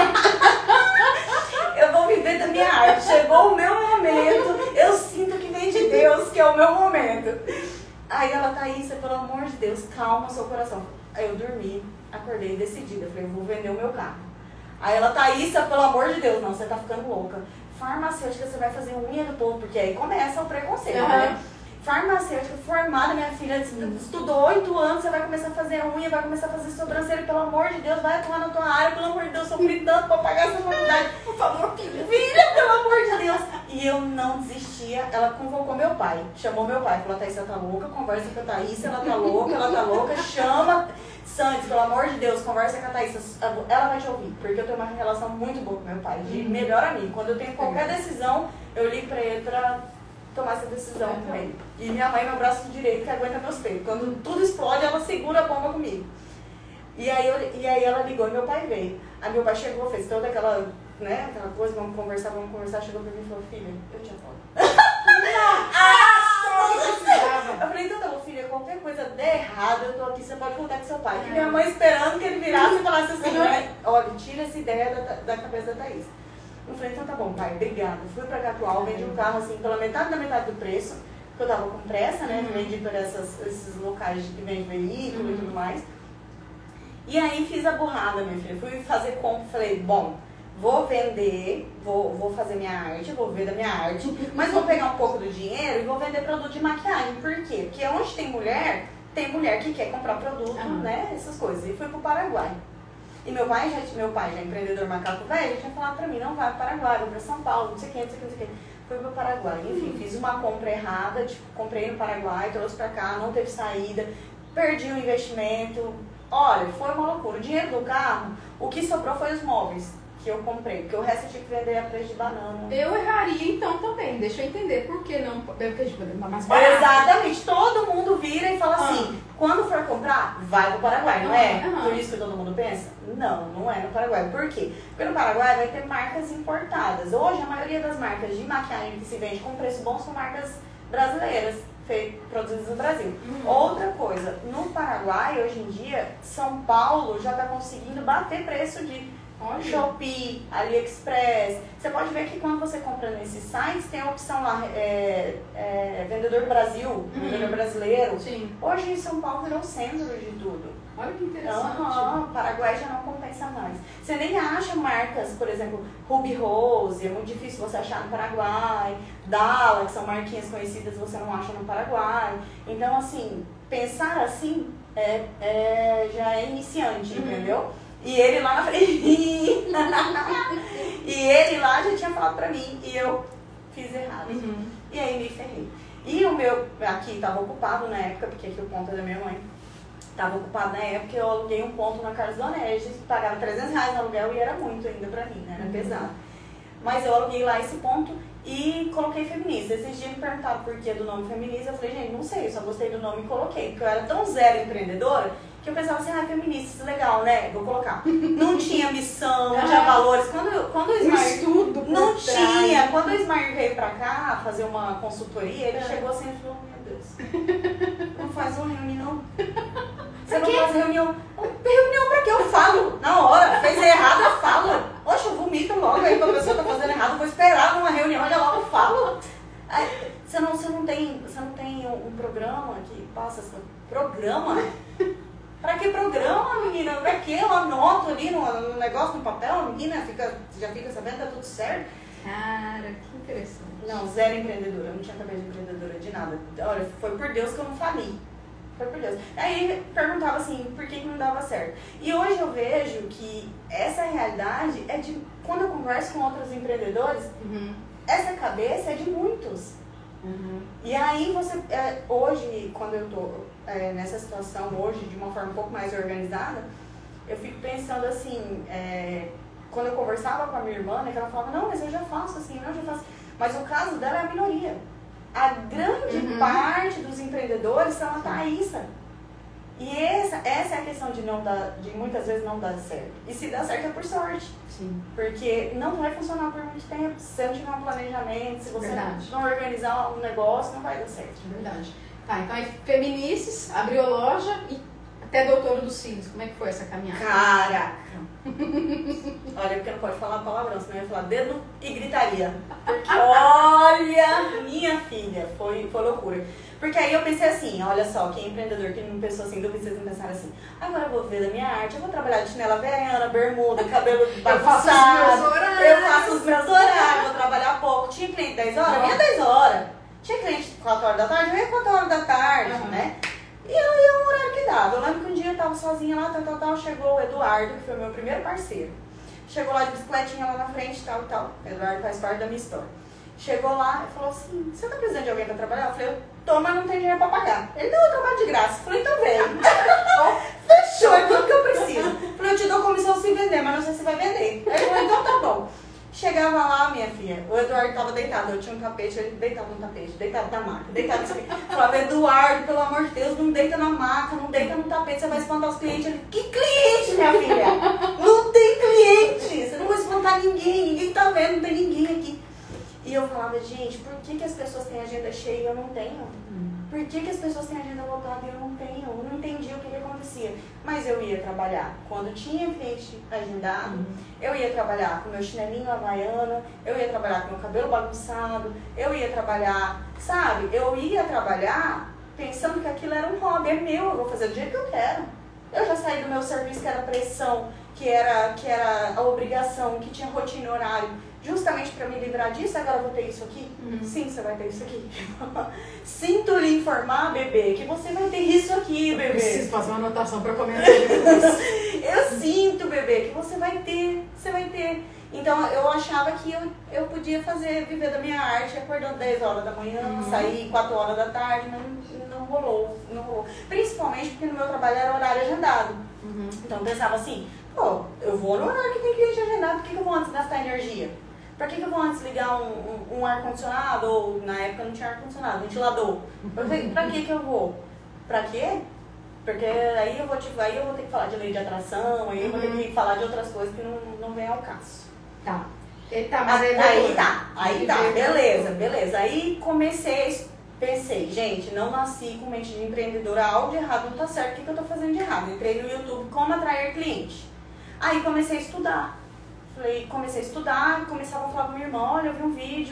Eu vou viver da minha arte. Chegou o meu momento, eu sinto que vem de Deus, que é o meu momento. Aí ela, Thaísa, pelo amor de Deus, calma seu coração. Aí eu dormi, acordei decidida, eu falei, eu vou vender o meu carro. Aí ela, Thaísa, pelo amor de Deus, não, você tá ficando louca. Farmacêutica, você vai fazer unha do povo, porque aí começa o preconceito, né? Farmacêutica, formada, minha filha estudou 8 anos, você vai começar a fazer unha, vai começar a fazer sobrancelha, pelo amor de Deus, vai atuar na tua área, pelo amor de Deus, sofri tanto pra pagar essa faculdade. Por favor, filha. Filha, pelo amor de Deus. E eu não desistia, ela convocou meu pai, chamou meu pai, falou, Thaís, ela tá louca, conversa com a Thaís, ela tá louca, chama... Santos, pelo amor de Deus, conversa com a Thaís, ela vai te ouvir, porque eu tenho uma relação muito boa com meu pai, de melhor amigo. Quando eu tenho qualquer decisão, eu ligo pra ele pra tomar essa decisão com ele. E minha mãe é meu braço direito que aguenta meus peitos. Quando tudo explode, ela segura a bomba comigo. E aí ela ligou e meu pai veio. Aí meu pai chegou, fez toda aquela, né, aquela coisa, vamos conversar, chegou pra mim e falou, filha, eu tinha falado. Eu falei, então tá bom, filha, qualquer coisa der errado, eu tô aqui, você pode contar com seu pai. E minha mãe esperando que ele virasse e falasse assim, né? Olha, tira essa ideia da cabeça da Thaís. Eu falei, então tá bom, pai, obrigada. Fui pra Catual, vendi um carro assim pela metade do preço, porque eu tava com pressa, né? Vendi por esses locais que vende veículo e tudo mais. E aí fiz a burrada, minha filha. Fui fazer compra, falei, bom, vou vender, vou fazer minha arte, vou viver da minha arte, mas vou pegar um pouco do dinheiro e vou vender produto de maquiagem. Por quê? Porque onde tem mulher que quer comprar produto, né? Essas coisas. E fui pro Paraguai. E meu pai já empreendedor macaco velho, já tinha falado pra mim, não vai pro Paraguai, vou pra São Paulo, não sei o que, não sei o que, não sei o que. Fui pro Paraguai. Enfim, fiz uma compra errada, tipo, comprei no Paraguai, trouxe pra cá, não teve saída, perdi o investimento. Olha, foi uma loucura. O dinheiro do carro, o que sobrou foi os móveis que eu comprei, porque o resto eu tinha que vender a preço de banana. Eu erraria então também, deixa eu entender por que não, porque mais barato. Exatamente, todo mundo vira e fala assim, quando for comprar, vai pro Paraguai, não é? Por isso que todo mundo pensa? Não é no Paraguai. Por quê? Porque no Paraguai vai ter marcas importadas. Hoje a maioria das marcas de maquiagem que se vende com preço bom são marcas brasileiras, produzidas no Brasil. Outra coisa, no Paraguai, hoje em dia, São Paulo já está conseguindo bater preço de Shopee, AliExpress. Você pode ver que quando você compra nesses sites, tem a opção lá, vendedor Brasil, vendedor brasileiro. Sim. Hoje em São Paulo virou centro de tudo. Olha que interessante. Paraguai já não compensa mais. Você nem acha marcas, por exemplo, Ruby Rose, é muito difícil você achar no Paraguai. Dala, que são marquinhas conhecidas, você não acha no Paraguai. Então, assim, pensar assim já é iniciante, entendeu? E ele lá na frente. E ele lá já tinha falado pra mim e eu fiz errado. E aí me ferrei. E o meu aqui estava ocupado na época, porque aqui o ponto é da minha mãe. Estava ocupado na época, eu aluguei um ponto na Carlos Donete, pagava R$300 no aluguel e era muito ainda pra mim, né? Era pesado. Mas eu aluguei lá esse ponto e coloquei feminista. Esses dias me perguntaram por que do nome feminista. Eu falei, gente, não sei, eu só gostei do nome e coloquei. Porque eu era tão zero empreendedora que eu pensava assim, feminista, isso é legal, né? Vou colocar. Não tinha missão, não tinha valores. Quando o Smart... Não tinha. Quando o Smart veio pra cá fazer uma consultoria, ele chegou assim e falou, meu Deus, não faz uma reunião. Você não faz reunião. Reunião pra quê? Eu falo. Na hora. Fez errado, eu falo. Oxe, eu vomito logo. Aí quando a pessoa tá fazendo errado, eu vou esperar numa reunião e logo eu falo. Aí, você não tem um programa que passa essa... Programa? Pra que programa, menina? Pra que eu anoto ali no negócio, no papel, a menina já fica sabendo, tá tudo certo? Cara, que interessante. Não, zero empreendedora. Eu não tinha cabeça de empreendedora de nada. Olha, foi por Deus que eu não fali. Foi por Deus. Aí perguntava assim, por que não dava certo? E hoje eu vejo que essa realidade é de... Quando eu converso com outros empreendedores, essa cabeça é de muitos. E aí você, hoje, quando eu tô nessa situação hoje, de uma forma um pouco mais organizada, eu fico pensando assim, quando eu conversava com a minha irmã, né, que ela falava, não, mas eu já faço assim, não, eu já faço. Mas o caso dela é a minoria. A grande parte dos empreendedores são a Thaísa. E essa é a questão de muitas vezes não dar certo. E se dá certo é por sorte. Sim. Porque não vai funcionar por muito tempo. Se você não tiver um planejamento, se você não organizar um negócio, não vai dar certo. Verdade. Tá, então aí Feminices, abriu a loja e até Doutora dos Cílios. Como é que foi essa caminhada? Caraca! Olha, porque não pode falar palavrão, senão eu ia falar dedo e gritaria. Porque olha, minha filha, foi loucura. Porque aí eu pensei assim, olha só, quem é empreendedor, quem não pensou assim, duvido vocês não pensaram assim, agora eu vou viver da minha arte, eu vou trabalhar de chinela havaiana, bermuda, cabelo bagunçado, eu faço os meus horários, vou trabalhar pouco. Tinha cliente 10 horas? Eu ia 10 horas. Tinha cliente 4 horas da tarde? Eu ia 4 horas da tarde, né? E eu ia no horário que dava. Eu lembro que um dia eu tava sozinha lá, chegou o Eduardo, que foi o meu primeiro parceiro. Chegou lá de bicicletinha lá na frente, tal. O Eduardo faz parte da minha história. Chegou lá e falou assim, você tá precisando de alguém pra trabalhar? Eu falei, eu tô, mas não tem dinheiro pra pagar. Ele, não, eu trabalho de graça. Eu falei, então vem. Fechou, é tudo que eu preciso. Eu falei, eu te dou comissão se vender, mas não sei se vai vender. Ele falou, então tá bom. Chegava lá, minha filha, o Eduardo tava deitado, eu tinha um tapete, ele deitava no tapete, deitado na maca, deitado nisso aqui. Falava, Eduardo, pelo amor de Deus, não deita na maca, não deita no tapete, você vai espantar os clientes. Ele, que cliente, minha filha? Não tem cliente, você não vai espantar ninguém tá vendo, não tem ninguém aqui. E eu falava, gente, por que as pessoas têm agenda cheia e eu não tenho? Por que as pessoas têm agenda lotada e eu não tenho? Eu não entendi o que acontecia. Mas eu ia trabalhar quando tinha cliente agendado, eu ia trabalhar com meu chinelinho havaiano, eu ia trabalhar com meu cabelo bagunçado, eu ia trabalhar, sabe? Eu ia trabalhar pensando que aquilo era um hobby, é meu, eu vou fazer do jeito que eu quero. Eu já saí do meu serviço que era pressão, que era a obrigação, que tinha rotina e horário. Justamente para me livrar disso, agora eu vou ter isso aqui? Sim, você vai ter isso aqui. Sinto lhe informar, bebê, que você vai ter isso aqui, bebê. Eu preciso fazer uma anotação para comentar depois. Eu sinto, bebê, que você vai ter. Então eu achava que eu podia viver da minha arte, acordando 10 horas da manhã, sair 4 horas da tarde, mas não rolou. Principalmente porque no meu trabalho era horário agendado. Então eu pensava assim, pô, eu vou no horário que tem cliente agendado, por que eu vou antes gastar energia? Pra que eu vou antes ligar um ar-condicionado, ou na época não tinha ar-condicionado, ventilador? Pra que eu vou? Pra quê? Porque aí eu vou ter que falar de lei de atração, aí eu vou ter que falar de outras coisas que não vem ao caso. Tá. Mas aí tá, beleza. Aí pensei, gente, não nasci com mente de empreendedora, algo de errado não tá certo, o que eu tô fazendo de errado? Entrei no YouTube, como atrair cliente. Aí comecei a estudar. Começava a falar com minha irmã, olha, eu vi um vídeo,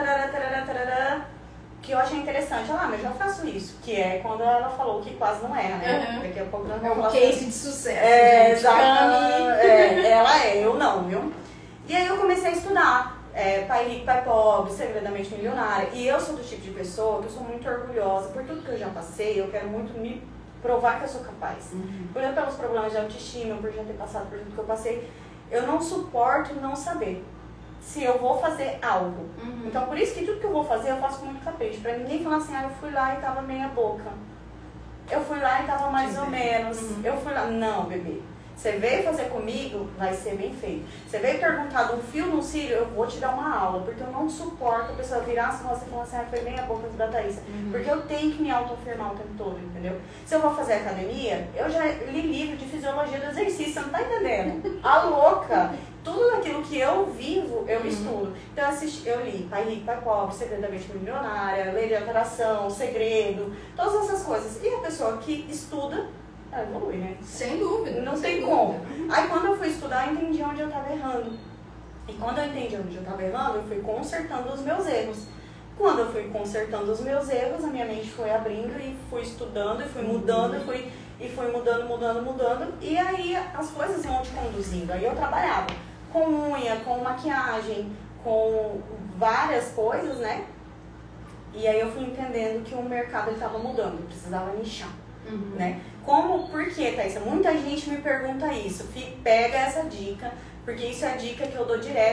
que eu achei interessante. Ela, mas eu já faço isso. Que é quando ela falou que quase não erra, né? Daqui a pouco é um case de sucesso. Exatamente. Ela eu não, viu? E aí eu comecei a estudar. Pai Rico, Pai Pobre, Segredamente Milionária. E eu sou do tipo de pessoa que eu sou muito orgulhosa. Por tudo que eu já passei, eu quero muito me provar que eu sou capaz. Pelos problemas de autoestima, por já ter passado por tudo que eu passei, eu não suporto não saber se eu vou fazer algo. Então, por isso que tudo que eu vou fazer, eu faço com muito capricho. Pra ninguém falar assim, eu fui lá e tava meia boca. Eu fui lá e tava mais ou menos. Eu fui lá. Não, bebê. Você veio fazer comigo, vai ser bem feito. Você veio perguntar de um fio no cílio, eu vou te dar uma aula. Porque eu não suporto a pessoa virar as costas e falar assim, foi bem a boca da Thaísa. Porque eu tenho que me autoafirmar o tempo todo, entendeu? Se eu vou fazer academia, eu já li livro de fisiologia do exercício, você não tá entendendo? A louca! Tudo aquilo que eu vivo, eu estudo. Então eu li Pai Rico, Pai Pobre, Segredamente Milionária, Lei de Atração, Segredo, todas essas coisas. E a pessoa que estuda, ela evolui, né? Sem dúvida. Não tem como. Aí quando eu fui estudar, eu entendi onde eu estava errando. E quando eu entendi onde eu estava errando, eu fui consertando os meus erros. Quando eu fui consertando os meus erros, a minha mente foi abrindo e fui estudando e fui mudando e fui mudando. E aí as coisas vão te conduzindo. Aí eu trabalhava com unha, com maquiagem, com várias coisas, né? E aí eu fui entendendo que o mercado estava mudando, eu precisava nichar, né? Por quê, Thaísa? Muita gente me pergunta isso, pega essa dica, porque isso é a dica que eu dou direto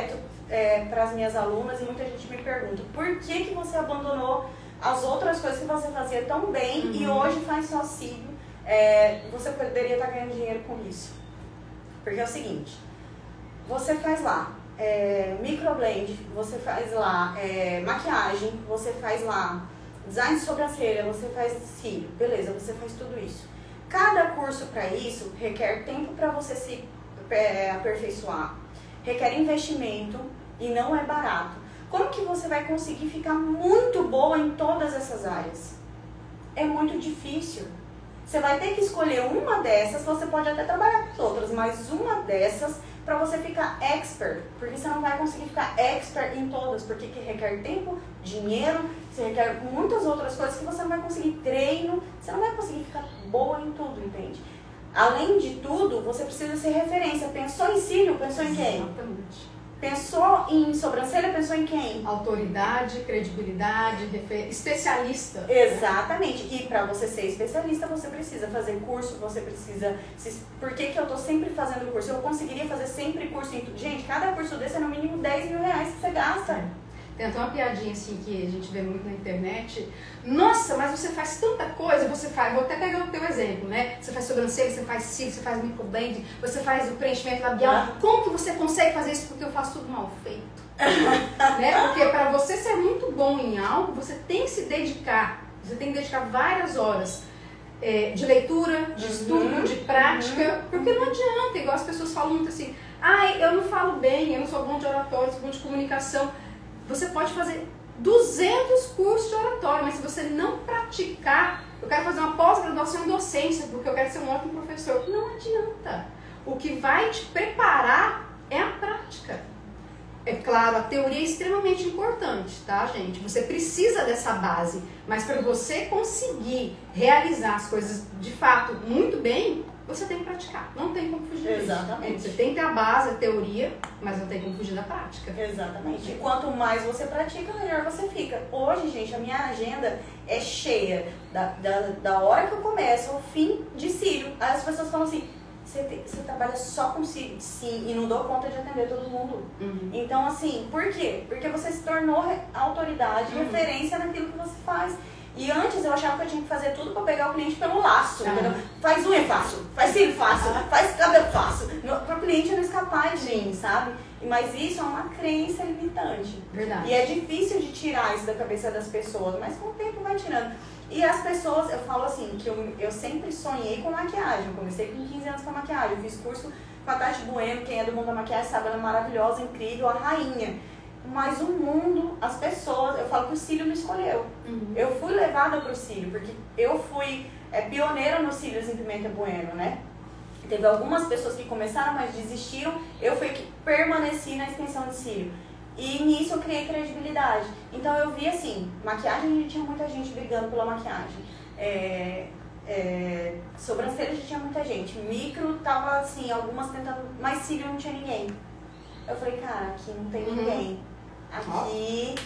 para as minhas alunas e muita gente me pergunta, por que você abandonou as outras coisas que você fazia tão bem e hoje faz só cílio? Você poderia estar ganhando dinheiro com isso. Porque é o seguinte, você faz lá microblend, você faz lá maquiagem, você faz lá design de sobrancelha, você faz cílio, beleza, você faz tudo isso. Cada curso para isso requer tempo para você se aperfeiçoar, requer investimento e não é barato. Como que você vai conseguir ficar muito boa em todas essas áreas? É muito difícil. Você vai ter que escolher uma dessas, você pode até trabalhar com as outras, mas uma dessas para você ficar expert, porque você não vai conseguir ficar expert em todas, porque requer tempo, dinheiro, você requer muitas outras coisas que você não vai conseguir treino, você não vai conseguir ficar boa em tudo, entende? Além de tudo, você precisa ser referência. Pensou em cílio, pensou em quem? Exatamente. Pensou em sobrancelha, pensou em quem? Autoridade, credibilidade, especialista. Exatamente. E para você ser especialista, você precisa fazer curso, você precisa... Por que eu tô sempre fazendo curso? Eu conseguiria fazer sempre curso em tudo. Gente, cada curso desse é no mínimo 10 mil reais que você gasta. Tem até uma piadinha assim que a gente vê muito na internet. Nossa, mas você faz tanta coisa, você faz... Vou até pegar o teu exemplo, né? Você faz sobrancelha, você faz cílio, você faz microblend, você faz o preenchimento labial. Como que você consegue fazer isso? Porque eu faço tudo mal feito. Né? Porque para você ser muito bom em algo, você tem que se dedicar. Você tem que dedicar várias horas de leitura, de estudo, de prática. Porque não adianta, igual as pessoas falam muito assim, eu não falo bem, eu não sou bom de oratório, sou bom de comunicação. Você pode fazer 200 cursos de oratório, mas se você não praticar, eu quero fazer uma pós-graduação em docência, porque eu quero ser um ótimo professor. Não adianta. O que vai te preparar é a prática. É claro, a teoria é extremamente importante, tá, gente? Você precisa dessa base, mas para você conseguir realizar as coisas de fato muito bem, você tem que praticar. Não tem como fugir disso. Exatamente. Você tem que ter a base, a teoria, mas não tem como fugir da prática. Exatamente. E quanto mais você pratica, melhor você fica. Hoje, gente, a minha agenda é cheia. Da hora que eu começo ao fim de cílio. Aí as pessoas falam assim, você trabalha só com cílio? Sim, e não dou conta de atender todo mundo. Então, assim, por quê? Porque você se tornou autoridade, referência naquilo que você faz. E antes eu achava que eu tinha que fazer tudo pra pegar o cliente pelo laço. Faz unha fácil, faz cílio fácil, faz cabelo fácil. Para o cliente não escapar de mim, sabe? Mas isso é uma crença limitante. Verdade. E é difícil de tirar isso da cabeça das pessoas, mas com o tempo vai tirando. E as pessoas, eu falo assim, que eu sempre sonhei com maquiagem. Eu comecei com 15 anos com maquiagem. Eu fiz curso com a Tati Bueno, quem é do mundo da maquiagem sabe, ela é maravilhosa, incrível, a rainha. Mas o mundo, as pessoas, eu falo que o cílio me escolheu. Eu fui levada pro cílio, porque eu fui pioneira nos cílios em Pimenta Bueno, né? Teve algumas pessoas que começaram, mas desistiram. Eu fui que permaneci na extensão de cílio. E nisso eu criei credibilidade. Então eu vi assim, maquiagem já tinha muita gente brigando pela maquiagem. Sobrancelha já tinha muita gente. Micro tava assim, algumas tentando, mas cílio não tinha ninguém. Eu falei, cara, aqui não tem ninguém. Aqui,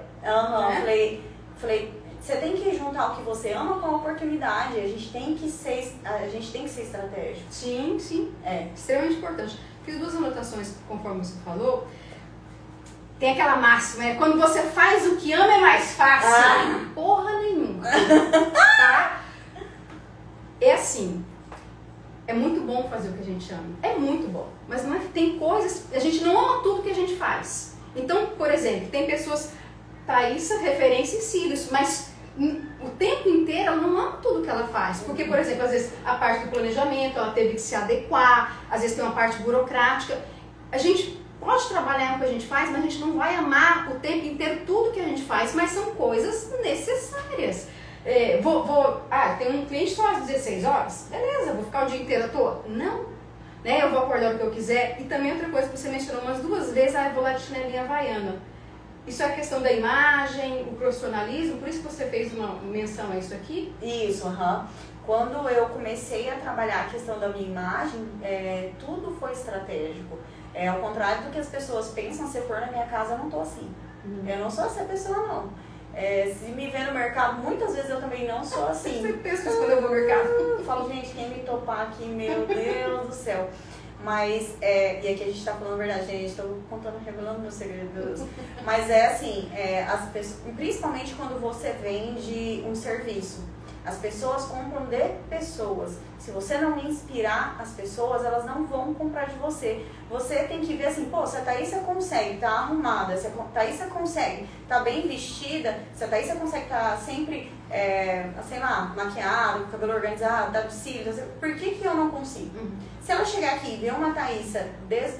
falei, você tem que juntar o que você ama com a oportunidade. A gente tem que ser estratégico. Sim, sim. Extremamente importante. Fiz 2 anotações, conforme você falou. Tem aquela máxima, quando você faz o que ama é mais fácil. Porra nenhuma. Tá? É assim. É muito bom fazer o que a gente ama. É muito bom. Mas não tem coisas... A gente não ama tudo que a gente faz. Então, por exemplo, tem pessoas... Thaísa, referência em cílios, mas o tempo inteiro ela não ama tudo que ela faz. Porque, por exemplo, às vezes a parte do planejamento, ela teve que se adequar. Às vezes tem uma parte burocrática. A gente pode trabalhar no que a gente faz, mas a gente não vai amar o tempo inteiro tudo que a gente faz. Mas são coisas necessárias. Tem um cliente só às 16 horas? Beleza, vou ficar o dia inteiro à toa? Não. Né? Eu vou acordar o que eu quiser. E também outra coisa que você mencionou umas 2 vezes, eu vou lá de chinelinha havaiana. Isso é a questão da imagem, o profissionalismo, por isso que você fez uma menção a isso aqui? Isso, Quando eu comecei a trabalhar a questão da minha imagem, tudo foi estratégico. Ao contrário do que as pessoas pensam, se for na minha casa, eu não tô assim. Eu não sou essa pessoa, não. Se me vê no mercado, muitas vezes eu também não sou assim. Você pensa quando eu vou no mercado? Eu falo, gente, quem me topar aqui, meu Deus do céu. Mas, e aqui a gente tá falando a verdade, gente, tô contando, revelando meus segredos. Mas é assim, as pessoas, principalmente quando você vende um serviço, as pessoas compram de pessoas. Se você não inspirar as pessoas, elas não vão comprar de você. Você tem que ver assim, pô, se a Thaísa consegue tá arrumada, se a Thaísa consegue tá bem vestida, se a Thaísa consegue tá sempre, sei lá, maquiada, com cabelo organizado, tá de cílios, por que eu não consigo? Se ela chegar aqui e ver uma Thaísa,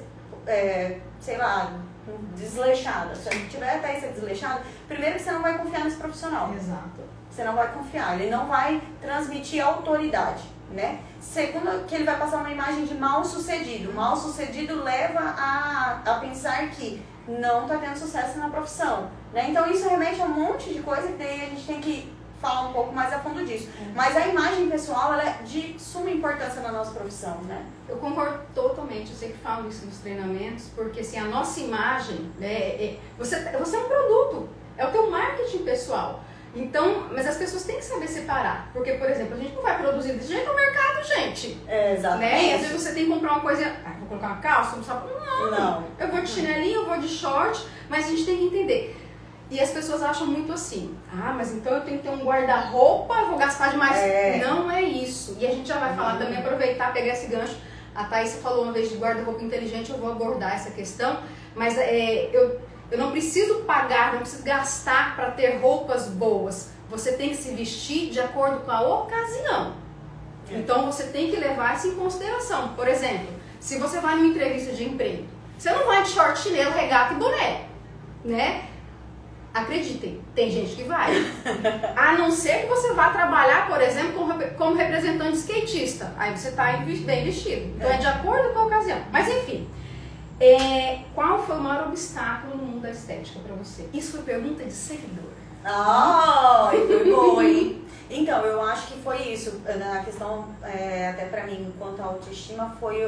sei lá, desleixada, se tiver a Thaísa desleixada, primeiro que você não vai confiar nesse profissional. Exato. Você não vai confiar, ele não vai transmitir autoridade, né? Segundo, que ele vai passar uma imagem de mal sucedido. Mal sucedido leva a pensar que não está tendo sucesso na profissão, né? Então isso remete a um monte de coisa que daí a gente tem que falar um pouco mais a fundo disso. Mas a imagem pessoal, ela é de suma importância na nossa profissão, né? Eu concordo totalmente, eu sempre falo isso nos treinamentos, porque assim, a nossa imagem, né, você é um produto, é o teu marketing pessoal. Então, mas as pessoas têm que saber separar. Porque, por exemplo, a gente não vai produzir desse jeito no mercado, gente. Exatamente. Né? E às vezes você tem que comprar uma coisa. Vou colocar uma calça, um sapato. Não. Eu vou de chinelinho, eu vou de short, mas a gente tem que entender. E as pessoas acham muito assim. Mas então eu tenho que ter um guarda-roupa, vou gastar demais. Não é isso. E a gente já vai falar também, aproveitar, pegar esse gancho. A Thaísa falou uma vez de guarda-roupa inteligente, eu vou abordar essa questão. Mas eu não preciso pagar, não preciso gastar para ter roupas boas. Você tem que se vestir de acordo com a ocasião. Então você tem que levar isso em consideração. Por exemplo, se você vai numa entrevista de emprego, você não vai de short, chinelo, regata e boné, né? Acreditem, tem gente que vai. A não ser que você vá trabalhar, por exemplo, como representante skatista. Aí você está bem vestido. Então é de acordo com a ocasião. Mas enfim. Qual foi o maior obstáculo no mundo da estética para você? Isso foi pergunta de seguidor. Foi boa, hein? Então, eu acho que foi isso. Na questão, até pra mim, quanto à autoestima, foi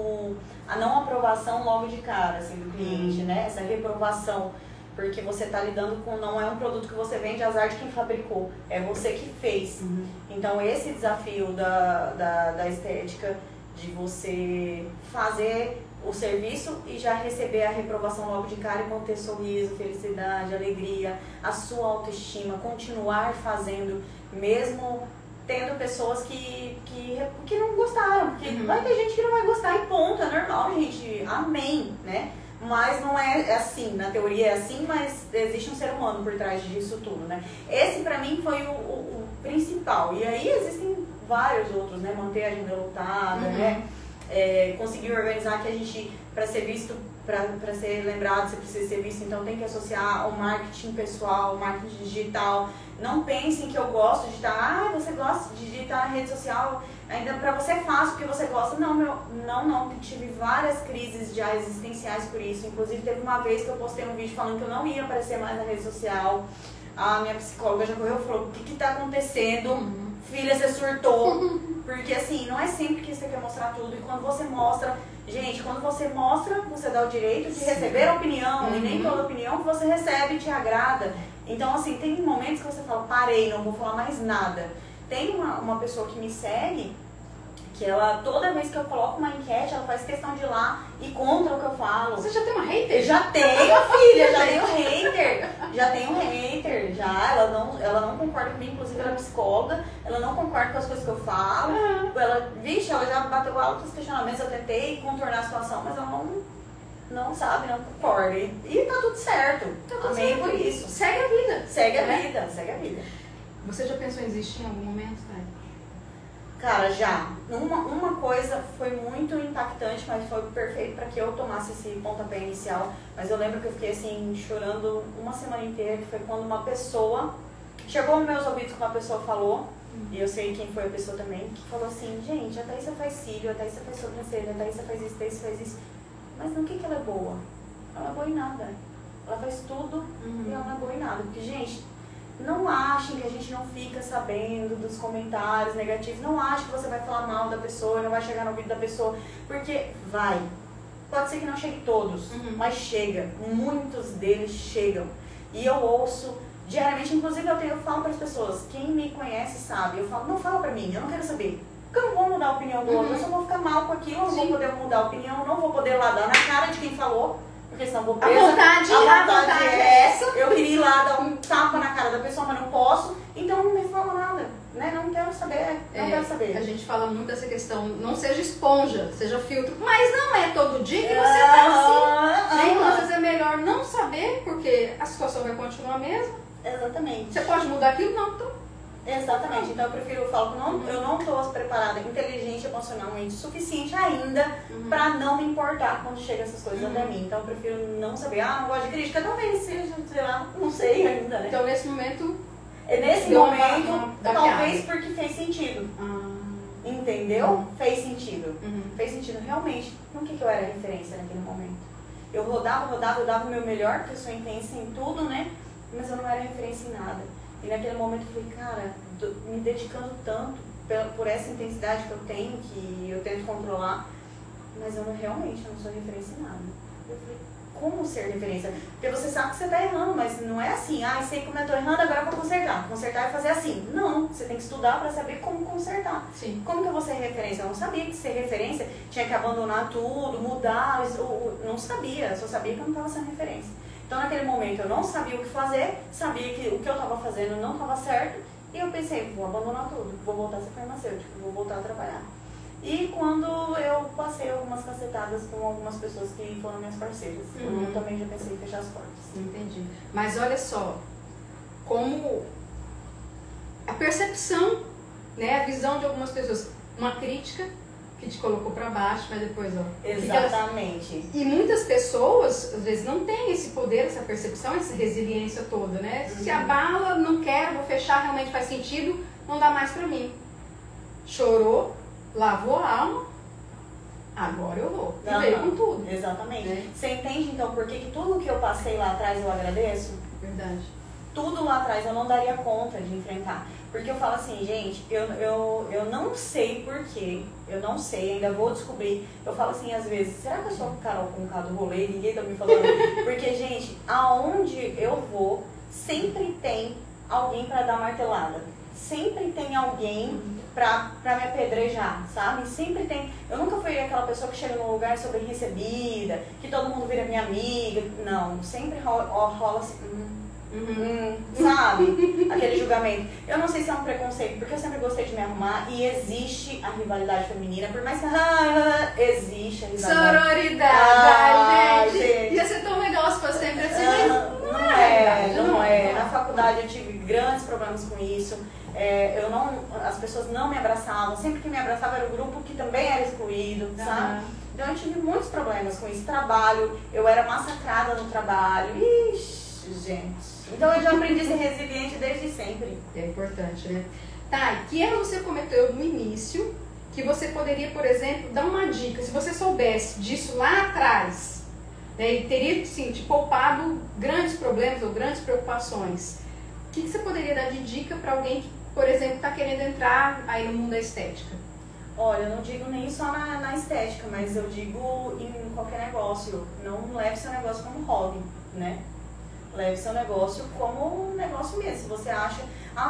a não aprovação logo de cara, assim, do cliente, né? Essa reprovação. Porque você tá lidando com, não é um produto que você vende, azar de quem fabricou. É você que fez. Então, esse desafio da estética, de você fazer o serviço e já receber a reprovação logo de cara e manter sorriso, felicidade, alegria, a sua autoestima, continuar fazendo, mesmo tendo pessoas que não gostaram, porque vai ter gente que não vai gostar e ponto, é normal, gente, amém, né? Mas não é assim, na teoria é assim, mas existe um ser humano por trás disso tudo, né? Esse pra mim foi o principal, e aí existem vários outros, né? Manter a agenda lotada, né? Conseguir organizar que a gente, para ser visto, para ser lembrado, você precisa ser visto, então tem que associar ao marketing pessoal, ao marketing digital. Não pensem que eu gosto de digitar, você gosta de digitar na rede social, ainda para você é fácil porque você gosta. Não, tive várias crises já existenciais por isso. Inclusive teve uma vez que eu postei um vídeo falando que eu não ia aparecer mais na rede social. A minha psicóloga já correu e falou, o que tá acontecendo? Filha, você surtou. Porque assim, não é sempre que você quer mostrar tudo. E quando você mostra, gente, quando você mostra, você dá o direito de receber a opinião. E nem toda opinião que você recebe te agrada. Então assim, tem momentos que você fala, parei, não vou falar mais nada. Tem uma pessoa que me segue, que ela, toda vez que eu coloco uma enquete, ela faz questão de ir lá e contra o que eu falo. Você já tem uma hater? Já tenho, filha, já tenho hater. Já tenho hater, já. Ela não concorda comigo, inclusive ela é psicóloga. Ela não concorda com as coisas que eu falo. Ela já bateu altos questionamentos. Eu tentei contornar a situação, mas ela não sabe, não concorda. E tá tudo certo. Amém por isso. Segue a vida. Segue a vida. Você já pensou em desistir em algum momento, né? Cara, já. Uma coisa foi muito impactante, mas foi perfeito para que eu tomasse esse pontapé inicial. Mas eu lembro que eu fiquei assim, chorando uma semana inteira, que foi quando uma pessoa... Chegou aos meus ouvidos que uma pessoa falou, e eu sei quem foi a pessoa também, que falou assim, gente, a Thaísa faz cílio, a Thaísa faz sobrancelha, a Thaísa faz isso, a Thaísa faz isso. Mas no que ela é boa? Ela não é boa em nada. Ela faz tudo e ela não é boa em nada. Porque, gente... Não achem que a gente não fica sabendo dos comentários negativos. Não achem que você vai falar mal da pessoa, não vai chegar no ouvido da pessoa. Porque vai. Pode ser que não chegue todos, mas chega. Muitos deles chegam. E eu ouço diariamente. Inclusive eu falo para as pessoas, quem me conhece sabe. Eu falo, não fala para mim, eu não quero saber. Porque eu não vou mudar a opinião do outro, eu só vou ficar mal com aquilo, eu não vou poder mudar a opinião, não vou poder lá dar na cara de quem falou, porque senão vou presa. A vontade é essa. Eu queria ir lá dar um tapa na cara da pessoa, mas não posso, então não me fala nada, né? Não quero saber, não quero saber. A gente fala muito dessa questão, não seja esponja, seja filtro, mas não é todo dia que você tá assim. Então, às vezes é melhor não saber, porque a situação vai continuar a mesma. Exatamente. Você pode mudar aquilo? Não, então. Exatamente, então eu falo que eu não estou preparada, inteligente, emocionalmente suficiente ainda para não me importar quando chegam essas coisas até mim. Então eu prefiro não saber, não gosto de crítica, talvez seja, sei lá, não sei ainda, né? Então nesse momento. Talvez porque fez sentido. Entendeu? Fez sentido. Fez sentido realmente. No que eu era referência naquele momento? Eu rodava o meu melhor, porque eu sou intensa em tudo, né? Mas eu não era referência em nada. E naquele momento eu falei, cara, me dedicando tanto por essa intensidade que eu tenho, que eu tento controlar, mas eu realmente não sou referência em nada. Eu falei, como ser referência? Porque você sabe que você está errando, mas não é assim, sei como eu estou errando, agora eu vou consertar. Consertar é fazer assim. Não, você tem que estudar para saber como consertar. Sim. Como que eu vou ser referência? Eu não sabia que ser referência tinha que abandonar tudo, mudar, não sabia, só sabia que eu não estava sendo referência. Então naquele momento eu não sabia o que fazer, sabia que o que eu estava fazendo não estava certo, e eu pensei, vou abandonar tudo, vou voltar a ser farmacêutico, vou voltar a trabalhar. E quando eu passei algumas cacetadas com algumas pessoas que foram minhas parceiras, eu também já pensei em fechar as portas. Entendi. Mas olha só, como a percepção, né, a visão de algumas pessoas, uma crítica que te colocou para baixo, mas depois, Exatamente. E muitas pessoas, às vezes, não têm esse poder, essa percepção, essa resiliência toda, né? Se abala, não quero, vou fechar, realmente faz sentido, não dá mais para mim. Chorou, lavou a alma, agora eu vou. E veio com tudo. Exatamente. Você entende, então, por que tudo que eu passei lá atrás eu agradeço? Verdade. Tudo lá atrás eu não daria conta de enfrentar. Porque eu falo assim, gente, eu não sei porquê, eu não sei, ainda vou descobrir. Eu falo assim, às vezes, será que eu sou Carol Conká do rolê e ninguém tá me falando? Porque, gente, aonde eu vou, sempre tem alguém pra dar martelada. Sempre tem alguém pra me apedrejar, sabe? Sempre tem. Eu nunca fui aquela pessoa que chega num lugar e sou bem recebida, que todo mundo vira minha amiga. Não, sempre rola assim. Sabe? Aquele julgamento. Eu não sei se é um preconceito, porque eu sempre gostei de me arrumar e existe a rivalidade feminina, por mais que existe a rivalidade. Sororidade, gente. Ia ser tão legal se fosse sempre assim, mas não é. Na faculdade eu tive grandes problemas com isso. As pessoas não me abraçavam. Sempre que me abraçava era o grupo que também era excluído, sabe? Então eu tive muitos problemas com isso. Trabalho, eu era massacrada no trabalho. Ixi, gente. Então eu já aprendi a ser resiliente desde sempre. É importante, né? Tá, e que erro você cometeu no início que você poderia, por exemplo, dar uma dica? Se você soubesse disso lá atrás, né, e teria, sim, te poupado grandes problemas ou grandes preocupações, o que você poderia dar de dica para alguém que, por exemplo, está querendo entrar aí no mundo da estética? Olha, eu não digo nem só na estética, mas eu digo em qualquer negócio. Não leve seu negócio como hobby, né? Leve seu negócio como um negócio mesmo. Se você acha,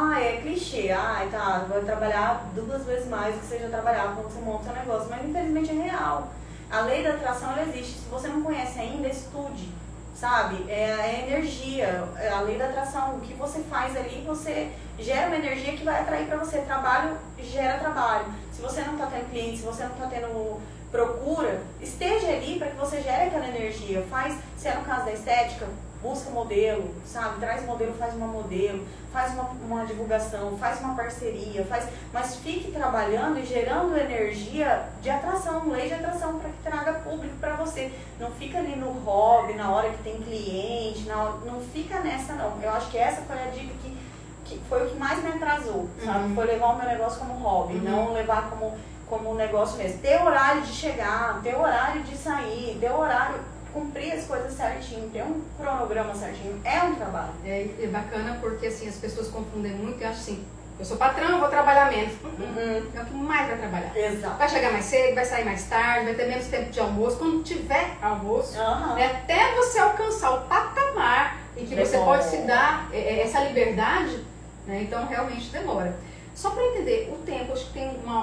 é clichê, vai trabalhar 2 vezes mais do que você já trabalhava quando você monta seu negócio. Mas infelizmente é real. A lei da atração, ela existe. Se você não conhece ainda, estude, sabe? É a energia, é a lei da atração. O que você faz ali, você gera uma energia que vai atrair para você. Trabalho gera trabalho. Se você não está tendo cliente, se você não está tendo procura, esteja ali para que você gere aquela energia. Se é no caso da estética, busca modelo, sabe? Traz modelo, faz uma modelo, faz uma divulgação, faz uma parceria, mas fique trabalhando e gerando energia de atração, lei de atração para que traga público para você. Não fica ali no hobby, na hora que tem cliente, não fica nessa não. Eu acho que essa foi a dica que foi o que mais me atrasou, sabe? Foi levar o meu negócio como hobby, não levar como negócio mesmo. Ter horário de chegar, ter horário de sair, ter horário, cumprir as coisas certinho, ter um cronograma certinho, é um trabalho. É bacana porque assim, as pessoas confundem muito e acham assim, eu sou patrão, eu vou trabalhar menos. É o que mais vai trabalhar. Exato. Vai chegar mais cedo, vai sair mais tarde, vai ter menos tempo de almoço. Quando tiver almoço, né, até você alcançar o patamar em que você pode se dar essa liberdade, né, então realmente demora. Só para entender, o tempo, acho que tem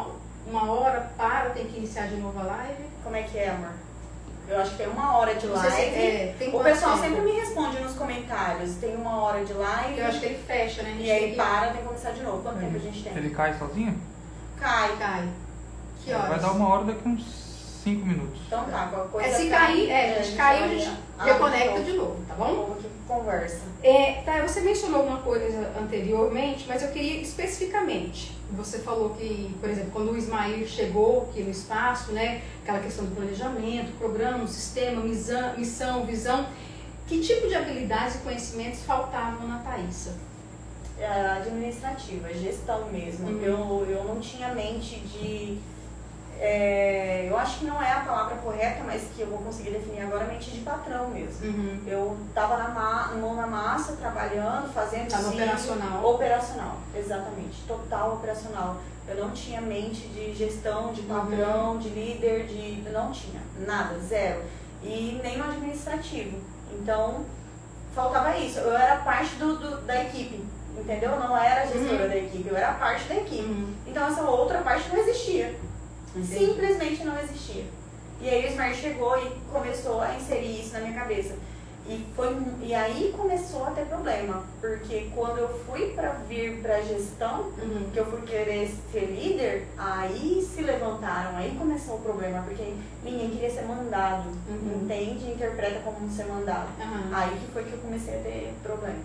1 hora, para, tem que iniciar de novo a live? Como é que é, amor? Eu acho que tem 1 hora de live. Tem o pessoal sempre me responde nos comentários. Tem 1 hora de live. Eu acho que ele fecha, né? E aí para, tem que começar de novo. Quanto tempo a gente tem? Ele cai sozinho? Cai. Que horas? Vai dar 1 hora daqui uns 5 minutos. Então tá, qualquer coisa. Se cair, gente, caiu, a gente reconecta de novo, tá bom? Conversa. Tá, você mencionou alguma coisa anteriormente, mas eu queria especificamente. Você falou que, por exemplo, quando o Ismael chegou aqui no espaço, né, aquela questão do planejamento, programa, sistema, missão, visão, que tipo de habilidades e conhecimentos faltavam na Thaísa? Administrativa, gestão mesmo. Eu não tinha mente de... eu acho que não é a palavra correta, mas que eu vou conseguir definir agora, mente de patrão mesmo. Eu tava mão na massa, trabalhando, fazendo operacional, exatamente, total operacional. Eu não tinha mente de gestão, de patrão, de líder, não tinha, nada, zero. E nem no administrativo. Então, faltava isso. Eu era parte da equipe, entendeu? Eu não era gestora da equipe, eu era parte da equipe. Então, essa outra parte não existia. Simplesmente não existia. E aí o Ismael chegou e começou a inserir isso na minha cabeça. E aí começou a ter problema, porque quando eu fui vir pra gestão, que eu fui querer ser líder, aí se levantaram, aí começou o problema, porque ninguém queria ser mandado, entende? Interpreta como ser mandado. Aí que foi que eu comecei a ter problema.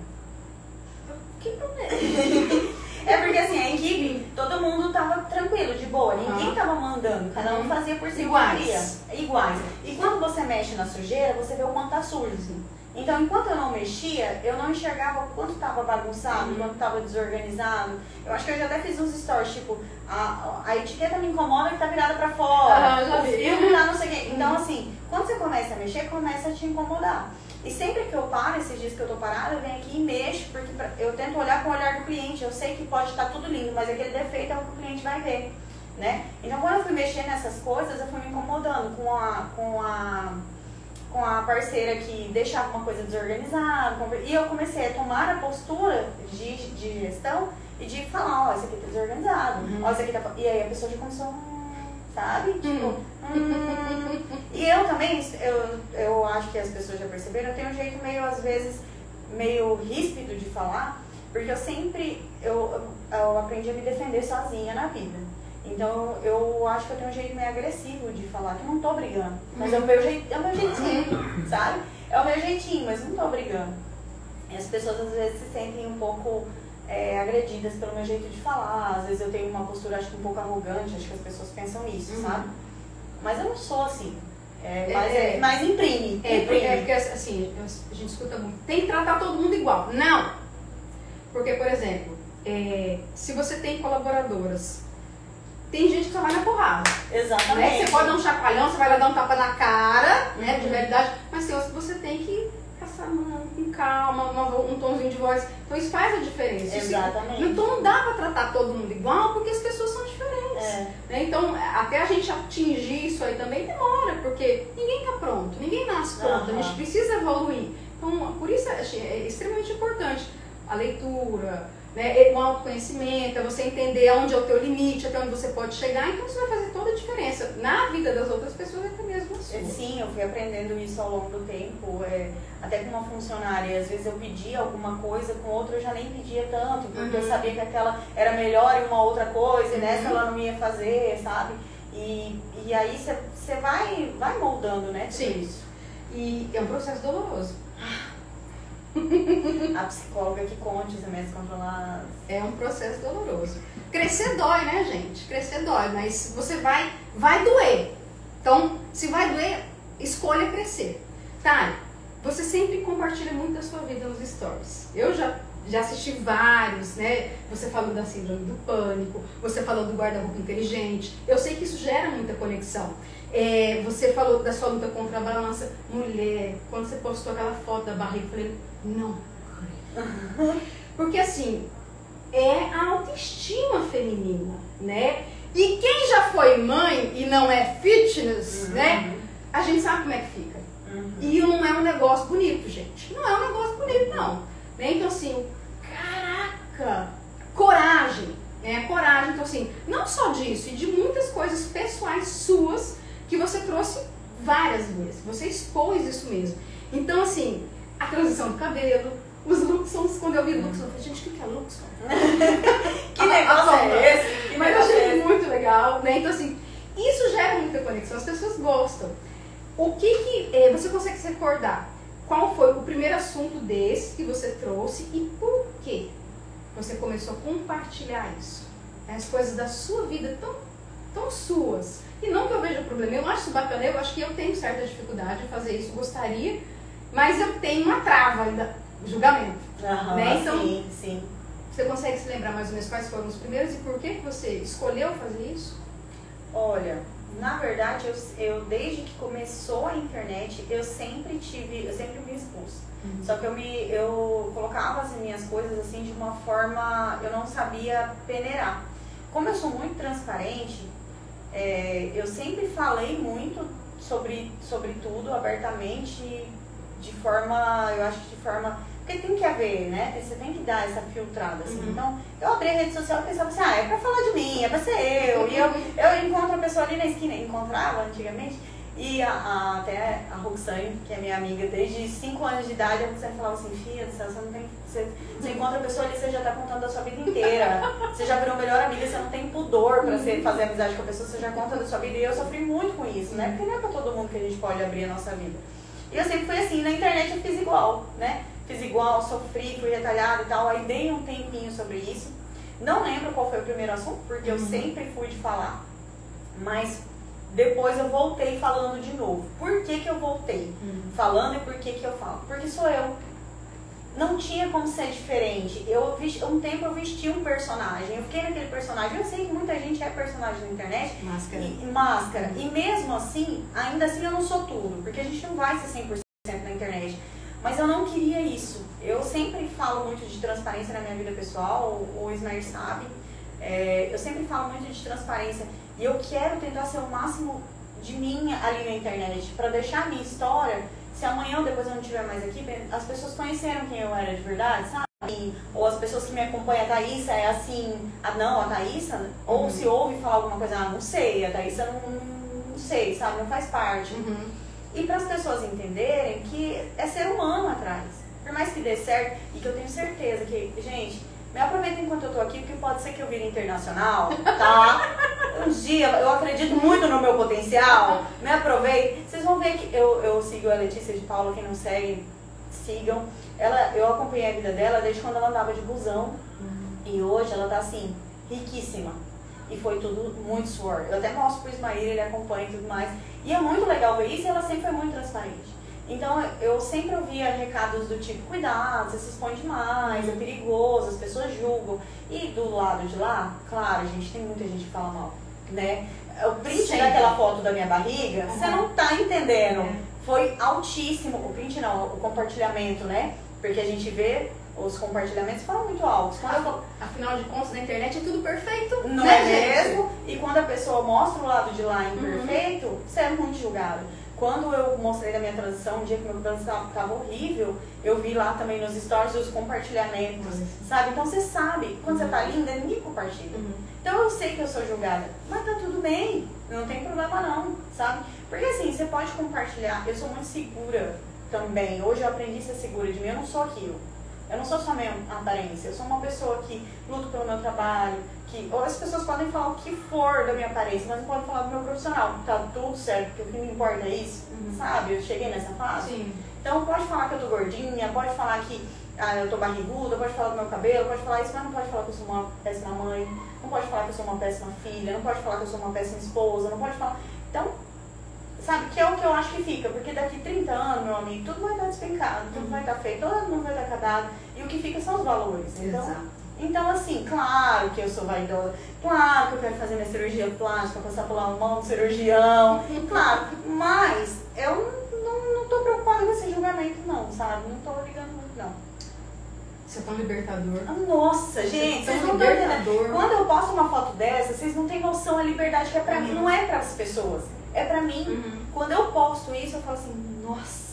Que problema? É porque assim, a equipe, todo mundo tava tranquilo, de boa, ninguém tava mandando, cada um fazia por si. Iguais. E quando você mexe na sujeira, você vê o quanto tá sujo. Então, enquanto eu não mexia, eu não enxergava o quanto tava bagunçado, o quanto tava desorganizado. Eu acho que eu já até fiz uns stories, tipo, a etiqueta me incomoda que tá virada pra fora, o filme tá não sei o quê. Então, assim, quando você começa a mexer, começa a te incomodar. E sempre que eu paro, esses dias que eu tô parada, eu venho aqui e mexo, porque eu tento olhar com o olhar do cliente. Eu sei que pode estar tudo lindo, mas aquele defeito é o que o cliente vai ver, né? Então, quando eu fui mexer nessas coisas, eu fui me incomodando com a parceira que deixava uma coisa desorganizada. E eu comecei a tomar a postura de gestão e de falar, ó, isso aqui tá desorganizado, ó, isso aqui tá... E aí a pessoa já começou... sabe? Tipo, E eu também, eu acho que as pessoas já perceberam, eu tenho um jeito meio, às vezes, meio ríspido de falar, porque eu sempre, eu aprendi a me defender sozinha na vida. Então, eu acho que eu tenho um jeito meio agressivo de falar, que eu não tô brigando, mas é o meu jeitinho, sabe? É o meu jeitinho, mas não tô brigando. E as pessoas, às vezes, se sentem um pouco... agredidas pelo meu jeito de falar. Às vezes eu tenho uma postura, acho que um pouco arrogante, acho que as pessoas pensam isso, sabe? Mas eu não sou assim. Mas imprime. Porque assim, a gente escuta muito, tem que tratar todo mundo igual. Não! Porque, por exemplo, se você tem colaboradoras, tem gente que só vai na porrada. Exatamente. Né? Você pode dar um chacoalhão, você vai lá dar um tapa na cara, né, de verdade, mas você tem que passar a mão com calma, um tomzinho de voz. Então isso faz a diferença. Exatamente. Então não dá pra tratar todo mundo igual, porque as pessoas são diferentes. Né? Então até a gente atingir isso aí também demora, porque ninguém tá pronto, ninguém nasce pronto, a gente precisa evoluir. Então por isso é extremamente importante a leitura, né, o autoconhecimento, é você entender onde é o teu limite, até onde você pode chegar, então isso vai fazer toda a diferença na vida das outras pessoas, até mesmo na sua. Sim, eu fui aprendendo isso ao longo do tempo, até com uma funcionária, às vezes eu pedia alguma coisa, com outra eu já nem pedia tanto, porque eu sabia que aquela era melhor em uma outra coisa, e nessa ela não ia fazer, sabe? E aí você vai moldando, né, tudo isso. E é um processo doloroso. A psicóloga que conte os remédios controlados. É um processo doloroso. Crescer dói, né, gente? Crescer dói, mas você vai doer. Então, se vai doer, escolha crescer. Tá? Você sempre compartilha muito da sua vida nos stories. Eu já assisti vários, né? Você falou da síndrome do pânico, você falou do guarda-roupa inteligente. Eu sei que isso gera muita conexão. Você falou da sua luta contra a balança. Mulher, quando você postou aquela foto da barriga, eu falei, não creio. Porque assim, é a autoestima feminina, né? E quem já foi mãe e não é fitness, né? A gente sabe como é que fica. E não é um negócio bonito, gente. Não é um negócio bonito, não. Né? Então assim, caraca, coragem. né? A coragem, então assim, não só disso, e de muitas coisas pessoais suas que você trouxe várias vezes, você expôs isso mesmo. Então assim, a transição do cabelo, os Luxons, quando eu vi Luxon, eu falei, gente, o que é Luxon? Que negócio é esse? Mas eu achei muito legal, né? Então assim, isso gera muita conexão, as pessoas gostam. O que você consegue se recordar? Qual foi o primeiro assunto desse que você trouxe e por que você começou a compartilhar isso? As coisas da sua vida tão suas. E não que eu veja problema, eu acho isso bacana, eu acho que eu tenho certa dificuldade de fazer isso, gostaria, mas eu tenho uma trava ainda, julgamento. Né? Então, sim. Você consegue se lembrar mais ou menos quais foram os primeiros e por que você escolheu fazer isso? Olha, na verdade, eu desde que começou a internet, eu sempre me expus. Só que eu colocava as minhas coisas assim de uma forma, eu não sabia peneirar. Como eu sou muito transparente, eu sempre falei muito sobre tudo abertamente, de forma, eu acho que de forma... Porque tem que haver, né? Você tem que dar essa filtrada, assim. Então, eu abri a rede social e pensava assim, é pra falar de mim, é pra ser eu. E eu encontro a pessoa ali na esquina, encontrava antigamente, e até a Roxane, que é minha amiga desde 5 anos de idade, a Roxane falava assim, filha do céu, você encontra a pessoa ali, você já tá contando a sua vida inteira. Você já virou melhor amiga, você não tem pudor pra fazer amizade com a pessoa, você já conta da sua vida. E eu sofri muito com isso, né? Porque não é pra todo mundo que a gente pode abrir a nossa vida. E eu sempre fui assim, na internet eu fiz igual, né? Fiz igual, sofri, fui retalhada e tal, aí dei um tempinho sobre isso. Não lembro qual foi o primeiro assunto, porque eu sempre fui de falar, mas depois eu voltei falando de novo. Por que eu voltei falando e por que eu falo? Porque sou eu. Não tinha como ser diferente. Um tempo eu vesti um personagem, eu fiquei naquele personagem. Eu sei que muita gente é personagem na internet. Máscara. E mesmo assim, ainda assim eu não sou tudo, porque a gente não vai ser 100% na internet. Mas eu não queria isso. Eu sempre falo muito de transparência na minha vida pessoal, o Ismael sabe. Eu sempre falo muito de transparência. E eu quero tentar ser o máximo de mim ali na internet, para deixar a minha história, se amanhã ou depois eu não estiver mais aqui, as pessoas conheceram quem eu era de verdade, sabe? Ou as pessoas que me acompanham, a Thaísa é assim, a Thaísa, ou se ouve falar alguma coisa, não sei, a Thaísa não sei, sabe? Não faz parte. E para as pessoas entenderem que é ser humano atrás. Por mais que dê certo, e que eu tenho certeza que, gente, me aproveitem enquanto eu tô aqui, porque pode ser que eu vire internacional, tá? Um dia, eu acredito muito no meu potencial, me aproveitem. Vocês vão ver que eu sigo a Letícia de Paula, quem não segue, sigam. Eu acompanhei a vida dela desde quando ela andava de busão, e hoje ela tá assim, riquíssima. E foi tudo muito suor. Eu até mostro pro Ismael, ele acompanha e tudo mais. E é muito legal ver isso, e ela sempre foi muito transparente. Então, eu sempre ouvia recados do tipo, cuidado, você se expõe demais, é perigoso, as pessoas julgam. E do lado de lá, claro, gente, tem muita gente que fala mal, né? O print daquela foto da minha barriga, você não tá entendendo. Foi altíssimo, o print não, o compartilhamento, né? Porque a gente vê, os compartilhamentos foram muito altos. Afinal de contas, na internet é tudo perfeito, não é mesmo? E quando a pessoa mostra o lado de lá imperfeito, você é muito julgado. Quando eu mostrei da minha transição, um dia que meu cabelo estava horrível, eu vi lá também nos stories os compartilhamentos, sabe? Então você sabe, quando você tá linda, ninguém compartilha. Então eu sei que eu sou julgada, mas tá tudo bem, não tem problema não, sabe? Porque assim, você pode compartilhar, eu sou muito segura também. Hoje eu aprendi a ser segura de mim, eu não sou aquilo. Eu não sou só minha aparência, eu sou uma pessoa que luto pelo meu trabalho, ou as pessoas podem falar o que for da minha aparência, mas não podem falar do meu profissional. Tá tudo certo, porque o que me importa é isso, sabe? Eu cheguei nessa fase. Sim. Então pode falar que eu tô gordinha, pode falar que eu tô barriguda, pode falar do meu cabelo, pode falar isso, mas não pode falar que eu sou uma péssima mãe, não pode falar que eu sou uma péssima filha, não pode falar que eu sou uma péssima esposa, não pode falar... Então, sabe, que é o que eu acho que fica, porque daqui 30 anos, meu amigo, tudo vai estar despencado, tudo vai estar feito, todo mundo vai estar acabado, e o que fica são os valores. Então, assim, claro que eu sou vaidosa, claro que eu quero fazer minha cirurgia plástica, passar pela mão do cirurgião, claro, mas eu não tô preocupada com esse julgamento não, sabe, não tô ligando muito não. Você é tão libertador. Nossa, gente, vocês não estão entendendo. Quando eu posto uma foto dessa, vocês não têm noção da liberdade que é pra mim, não é para as pessoas, é pra mim. Quando eu posto isso, eu falo assim, nossa,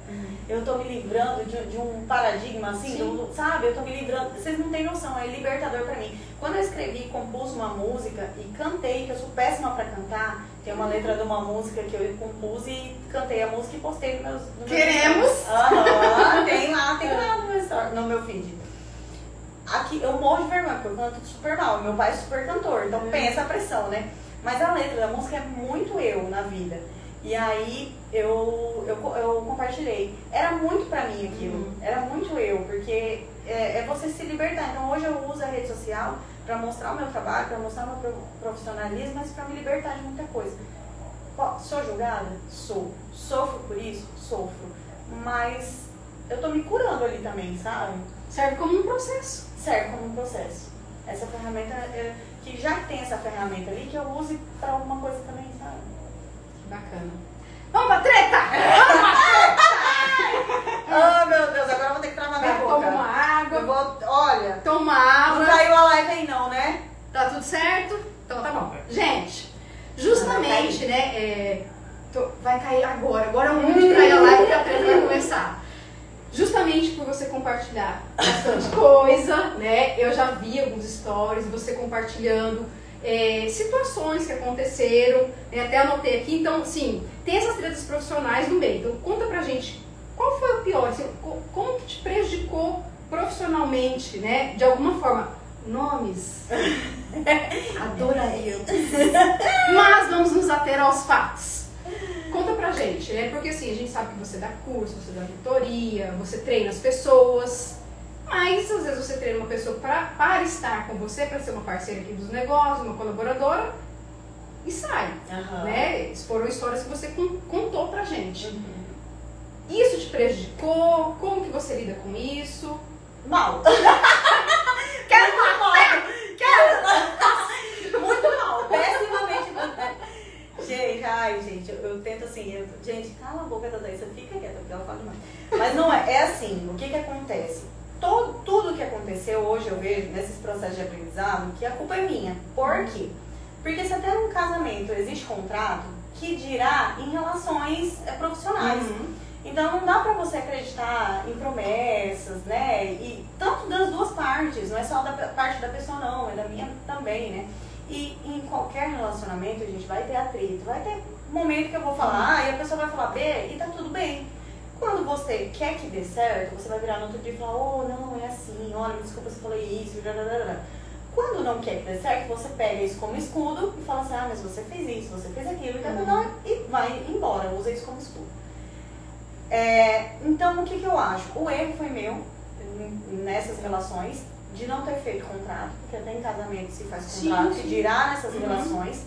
Eu tô me livrando de um paradigma, assim, sabe? Eu tô me livrando. Vocês não têm noção, é libertador pra mim. Quando eu escrevi, compus uma música e cantei, que eu sou péssima pra cantar, tem uma letra de uma música que eu compus e cantei a música e postei no meu Queremos! Tem lá no meu feed. Aqui, eu morro de vergonha, porque eu canto super mal. Meu pai é super cantor, então pensa a pressão, né? Mas a letra da música é muito eu na vida. E aí eu compartilhei. Era muito pra mim aquilo. Era muito eu, porque é você se libertar. Então hoje eu uso a rede social pra mostrar o meu trabalho, pra mostrar o meu profissionalismo, mas pra me libertar de muita coisa. Sou julgada? Sou. Sofro por isso? Sofro. Mas eu tô me curando ali também, sabe? Serve como um processo. Serve como um processo. Essa ferramenta, que já tem essa ferramenta ali, que eu use pra alguma coisa também, sabe? Bacana. Vamos pra treta! Oh, meu Deus, agora eu vou ter que travar minha boca. Toma uma água. Olha, Toma água. não caiu a live aí não, né? Tá tudo certo? Então tá bom. Gente, justamente, né, vai cair agora. Agora é o momento de cair a live que a treta vai começar. Justamente por você compartilhar bastante coisa, né? Eu já vi alguns stories, você compartilhando situações que aconteceram, né? Até anotei aqui. Então, sim, tem essas tretas profissionais no meio. Então, conta pra gente, qual foi o pior? Assim, como que te prejudicou profissionalmente, né? De alguma forma. Nomes? Adoraria. Mas vamos nos ater aos fatos. Conta pra gente, né? Porque assim, a gente sabe que você dá curso, você dá mentoria, você treina as pessoas, mas às vezes você treina uma pessoa para estar com você, para ser uma parceira aqui dos negócios, uma colaboradora, e sai, né? Foram histórias que você contou pra gente. Isso te prejudicou? Como que você lida com isso? Mal. Quero mal. Muito mal. Pessimamente mal. Gente, eu tento assim, gente, cala a boca da Thaís, fica quieta, porque ela fala demais. Mas não é assim, o que acontece? Tudo que aconteceu hoje eu vejo nesses processos de aprendizado que a culpa é minha. Por quê? Porque se até num casamento existe contrato, que dirá em relações profissionais. Então não dá pra você acreditar em promessas, né? E tanto das duas partes, não é só da parte da pessoa não, é da minha também, né? E em qualquer relacionamento a gente vai ter atrito, vai ter momento que eu vou falar A e a pessoa vai falar B e tá tudo bem. Quando você quer que dê certo, você vai virar no outro dia e falar, oh, não, é assim, olha, desculpa se eu falei isso, Quando não quer que dê certo, você pega isso como escudo e fala assim, mas você fez isso, você fez aquilo, e vai embora, usa isso como escudo. Então, o que eu acho? O erro foi meu nessas relações, de não ter feito contrato, porque até em casamento se faz contrato, e dirá nessas relações.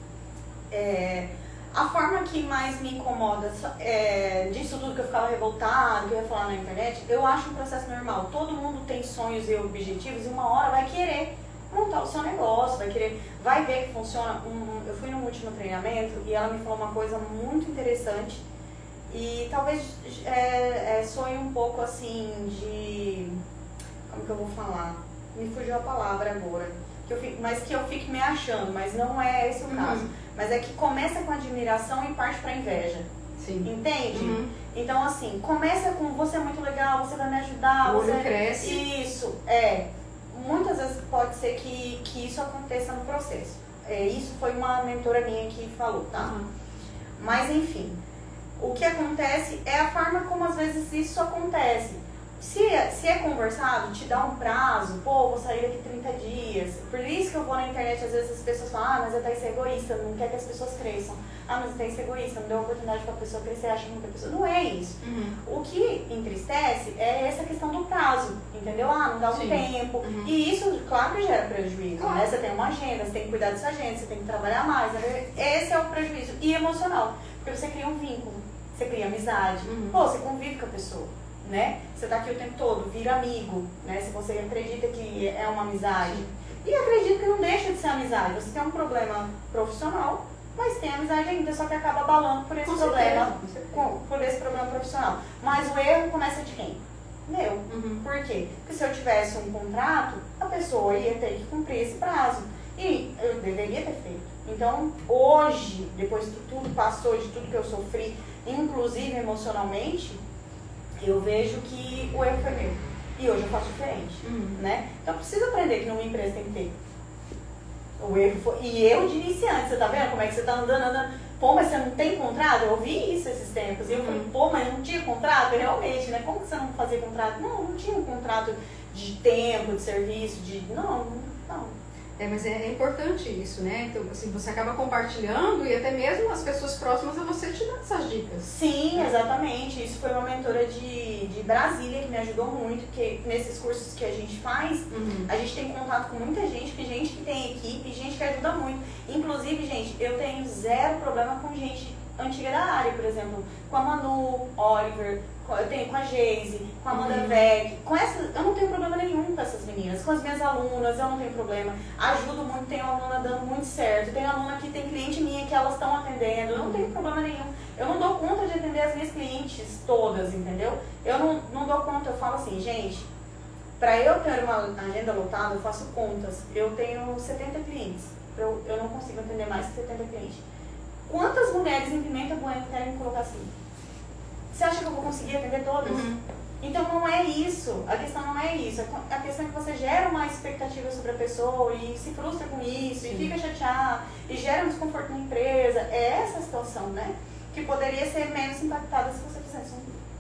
A forma que mais me incomoda disso tudo que eu ficava revoltada, que eu ia falar na internet, eu acho um processo normal. Todo mundo tem sonhos e objetivos e uma hora vai querer montar o seu negócio, vai ver que funciona. Eu fui no último treinamento e ela me falou uma coisa muito interessante e talvez soe um pouco assim de... Como que eu vou falar? Me fugiu a palavra agora. Mas que eu fique me achando, mas não é esse o caso. Mas é que começa com admiração e parte pra inveja. Sim. Entende? Então, assim, começa com você é muito legal, você vai me ajudar. O olho cresce. Isso, muitas vezes pode ser que isso aconteça no processo. Isso foi uma mentora minha que falou, tá? Mas, enfim, o que acontece é a forma como às vezes isso acontece. Se é conversado, te dá um prazo, vou sair daqui 30 dias. Por isso que eu vou na internet, às vezes as pessoas falam, mas a Thaís é egoísta, não quer que as pessoas cresçam. Mas a Thaís é egoísta, não deu oportunidade para a pessoa crescer, acha que muita pessoa... Não é isso. O que entristece é essa questão do prazo, entendeu? Não dá um tempo. E isso, claro que gera prejuízo, né? Você tem uma agenda, você tem que cuidar dessa agenda, você tem que trabalhar mais. Né? Esse é o prejuízo. E emocional, porque você cria um vínculo, você cria amizade. Você convive com a pessoa. Né? Você tá aqui o tempo todo, vira amigo, né? Se você acredita que é uma amizade. E acredito que não deixa de ser amizade. Você tem um problema profissional, mas tem amizade ainda, só que acaba abalando por esse problema, por esse problema profissional. Mas o erro começa de quem? Meu. Por quê? Porque se eu tivesse um contrato, a pessoa ia ter que cumprir esse prazo. E eu deveria ter feito. Então, hoje, depois de tudo passou, de tudo que eu sofri, inclusive emocionalmente, eu vejo que o erro foi meu. E hoje eu faço diferente, né? Então eu preciso aprender que numa empresa tem que ter. O erro foi... E erro de iniciante, você tá vendo como é que você tá andando. Pô, mas você não tem contrato? Eu ouvi isso esses tempos. E eu falei, pô, mas não tinha contrato? Realmente, né? Como que você não fazia contrato? Não tinha um contrato de tempo, de serviço, de... Não. Mas é importante isso, né? Então, assim, você acaba compartilhando e até mesmo as pessoas próximas a você te dão essas dicas. Sim, exatamente. Isso foi uma mentora de Brasília que me ajudou muito, porque nesses cursos que a gente faz, a gente tem contato com muita gente que tem equipe, gente que ajuda muito. Inclusive, gente, eu tenho zero problema com gente antiga da área, por exemplo, com a Manu, Oliver, eu tenho com a Geise, com a Amanda Vec, com essas, eu não tenho problema nenhum com essas meninas, com as minhas alunas eu não tenho problema, ajudo muito, tenho aluna dando muito certo, tenho aluna que tem cliente minha que elas estão atendendo, eu não tenho problema nenhum, eu não dou conta de atender as minhas clientes todas, entendeu? Eu não dou conta, eu falo assim, gente, para eu ter uma agenda lotada, eu faço contas, eu tenho 70 clientes, eu não consigo atender mais que 70 clientes. Quantas mulheres em Pimenta Bueno querem colocar assim? Você acha que eu vou conseguir atender todas? Então não é isso, a questão não é isso, a questão é que você gera uma expectativa sobre a pessoa e se frustra com isso, e fica chateado, e gera um desconforto na empresa. É essa a situação, né? Que poderia ser menos impactada se você fizesse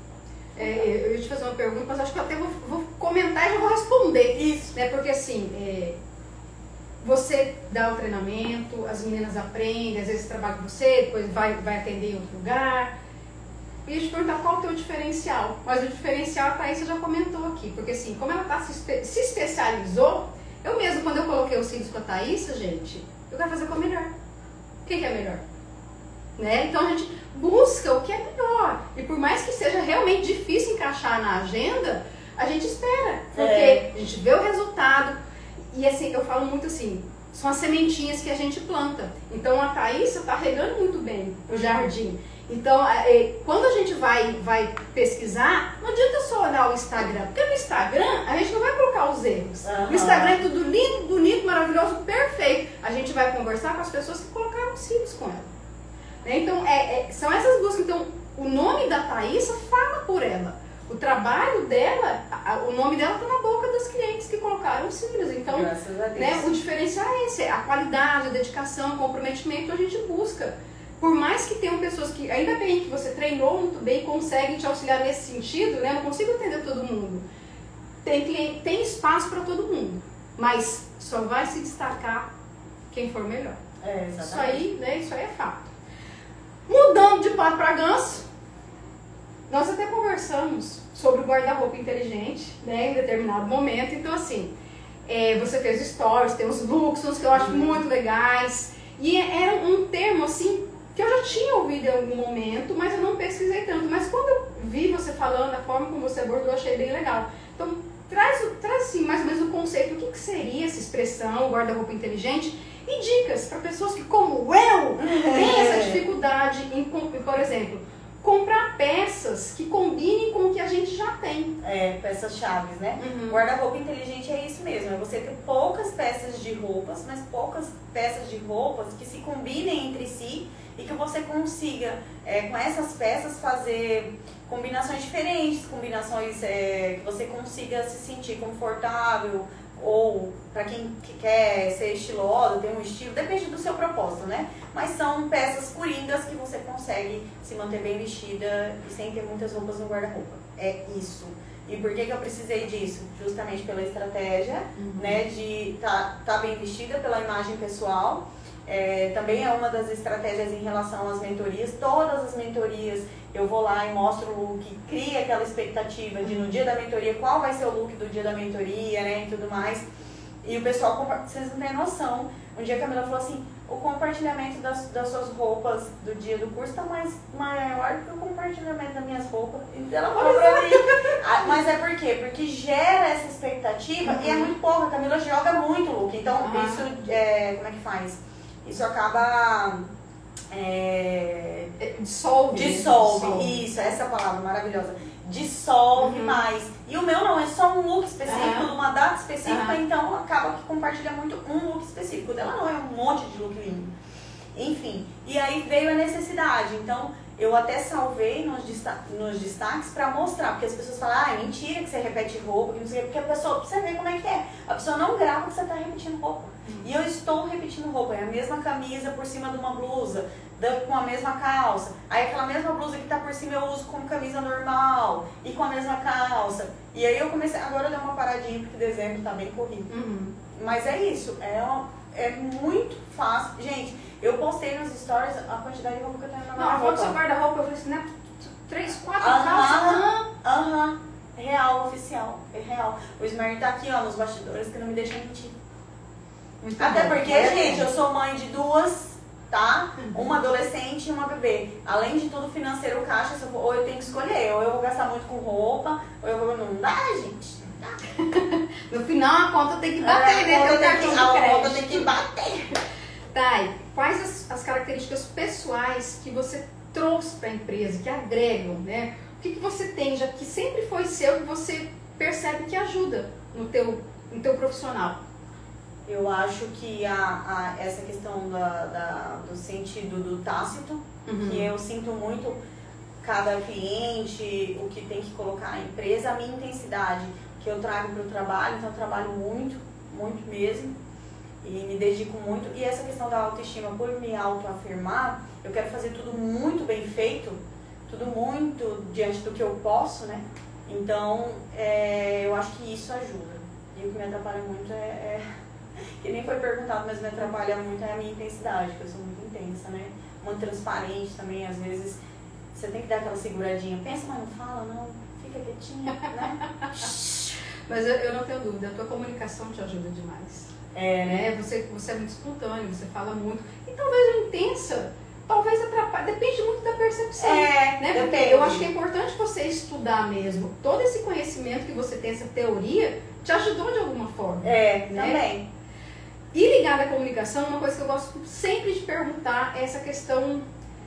eu ia te fazer uma pergunta, mas acho que eu até vou comentar e já vou responder. Isso. Né? Porque assim, você dá o treinamento, as meninas aprendem, às vezes trabalha com você, depois vai atender em outro lugar. Eu ia te perguntar qual é o teu diferencial, mas o diferencial a Thaísa já comentou aqui, porque assim, como ela se especializou, eu mesmo, quando eu coloquei os cílios com a Thaísa, gente, eu quero fazer com a melhor. Quem que é melhor? Né? Então a gente busca o que é melhor, e por mais que seja realmente difícil encaixar na agenda, a gente espera, porque a gente vê o resultado. E assim, eu falo muito assim, são as sementinhas que a gente planta. Então a Thaísa está regando muito bem o jardim. Então, quando a gente vai pesquisar, não adianta só olhar o Instagram, porque no Instagram a gente não vai colocar os erros. No Instagram é tudo lindo, bonito, maravilhoso, perfeito. A gente vai conversar com as pessoas que colocaram cílios com ela. Então, são essas buscas. Então, o nome da Thaísa fala por ela. O trabalho dela, o nome dela está na boca dos clientes que colocaram os cílios. Então, né, o diferencial é esse, a qualidade, a dedicação, o comprometimento a gente busca. Por mais que tenham pessoas que, ainda bem que você treinou muito bem e conseguem te auxiliar nesse sentido, né? Eu não consigo atender todo mundo. Tem espaço para todo mundo, mas só vai se destacar quem for melhor. Exatamente. Isso aí é fato. Mudando de pato para ganso, nós até conversamos sobre o guarda-roupa inteligente, né, em determinado momento. Então, assim, você fez stories, tem os looks, que eu acho muito legais. E era um termo, assim, que eu já tinha ouvido em algum momento, mas eu não pesquisei tanto. Mas quando eu vi você falando, a forma como você abordou, eu achei bem legal. Então, traz assim, mais ou menos o conceito, o que seria essa expressão, guarda-roupa inteligente, e dicas para pessoas que, como eu, têm essa dificuldade em, por exemplo, comprar peças que combinem com o que a gente já tem. Peças chaves, né? Guarda-roupa inteligente é isso mesmo, é você ter poucas peças de roupas, mas poucas peças de roupas que se combinem entre si e que você consiga, com essas peças, fazer combinações diferentes, combinações que você consiga se sentir confortável, ou para quem quer ser estilosa, ter um estilo, depende do seu propósito, né? Mas são peças coringas que você consegue se manter bem vestida e sem ter muitas roupas no guarda-roupa. É isso. E por que eu precisei disso? Justamente pela estratégia, né, de tá bem vestida, pela imagem pessoal. Também é uma das estratégias em relação às mentorias. Todas as mentorias eu vou lá e mostro o look, cria aquela expectativa de no dia da mentoria, qual vai ser o look do dia da mentoria, né, e tudo mais. E o pessoal, vocês não têm noção, um dia a Camila falou assim, o compartilhamento das suas roupas do dia do curso está maior do que o compartilhamento das minhas roupas. E ela falou pra mim. Mas é por quê? Porque gera essa expectativa e é muito pouco, a Camila joga muito look, então isso, como é que faz? Isso acaba... Dissolve. Isso, essa palavra maravilhosa. Dissolve mais. E o meu não, é só um look específico, numa data específica, então acaba que compartilha muito um look específico. O dela não é um monte de look lindo. Enfim, e aí veio a necessidade. Então, eu até salvei nos destaques pra mostrar, porque as pessoas falam, ah, é mentira que você repete roupa, que não sei o que, porque a pessoa, pra você ver como é que é, a pessoa não grava que você tá repetindo roupa. E eu estou repetindo roupa, é a mesma camisa por cima de uma blusa, com a mesma calça, aí aquela mesma blusa que tá por cima eu uso como camisa normal, e com a mesma calça. E aí eu comecei, agora eu dei uma paradinha, porque dezembro tá bem corrido. Mas é isso, é muito fácil. Gente, eu postei nos stories a quantidade de roupa que eu tenho na minha roupa. Não, seu guarda-roupa, eu falei assim, né? 3, 4 calças. Real, oficial, é real. O Ismael tá aqui, ó, nos bastidores, que não me deixa mentir. Muito Até bom. porque, gente, eu sou mãe de 2, tá? Uma adolescente e uma bebê. Além de tudo, financeiro, caixa, ou eu tenho que escolher, ou eu vou gastar muito com roupa, ou eu vou... Não dá, gente. Não dá. No final, a conta tem que bater, né? A conta tem que bater. Thay, quais as características pessoais que você trouxe para a empresa, que agregam, né? O que você tem, já que sempre foi seu, que você percebe que ajuda no teu profissional? Eu acho que essa questão do sentido do tácito, que eu sinto muito cada cliente, o que tem que colocar na empresa, a minha intensidade que eu trago para o trabalho, então eu trabalho muito, muito mesmo, e me dedico muito. E essa questão da autoestima, por me autoafirmar, eu quero fazer tudo muito bem feito, tudo muito diante do que eu posso, né? Então, eu acho que isso ajuda. E o que me atrapalha muito que nem foi perguntado, mas me atrapalha muito é a minha intensidade, porque eu sou muito intensa, né? Muito transparente também, às vezes você tem que dar aquela seguradinha. Pensa, mas não fala, não, fica quietinha, né? Mas eu não tenho dúvida, a tua comunicação te ajuda demais. Né? Você é muito espontâneo, você fala muito. E talvez o intensa, talvez atrapalhe, depende muito da percepção. Né? Porque eu acho que é importante você estudar mesmo. Todo esse conhecimento que você tem, essa teoria, te ajudou de alguma forma. Né? Também. E ligada à comunicação, uma coisa que eu gosto sempre de perguntar é essa questão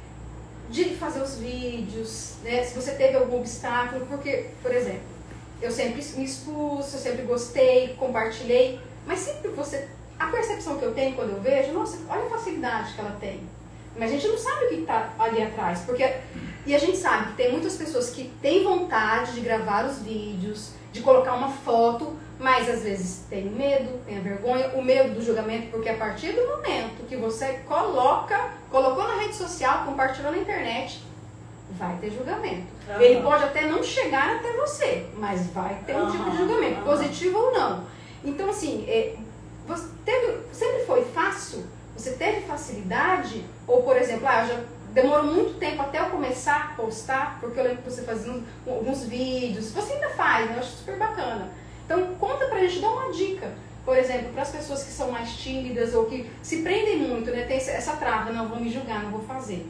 de fazer os vídeos, né? Se você teve algum obstáculo, porque, por exemplo, eu sempre me expus, eu sempre gostei, compartilhei, mas sempre a percepção que eu tenho quando eu vejo, nossa, olha a facilidade que ela tem. Mas a gente não sabe o que está ali atrás, e a gente sabe que tem muitas pessoas que têm vontade de gravar os vídeos, de colocar uma foto, mas às vezes tem medo, tem a vergonha, o medo do julgamento, porque a partir do momento que você colocou na rede social, compartilhou na internet, vai ter julgamento. Ele pode até não chegar até você, mas vai ter um tipo de julgamento, positivo ou não. Então, assim, sempre foi fácil? Você teve facilidade? Ou, por exemplo, já demorou muito tempo até eu começar a postar, porque eu lembro que você fazia alguns vídeos, você ainda faz, né? Eu acho super bacana. Então, conta pra gente, dá uma dica, por exemplo, para as pessoas que são mais tímidas ou que se prendem muito, né? Tem essa trava, não, vou me julgar, não vou fazer.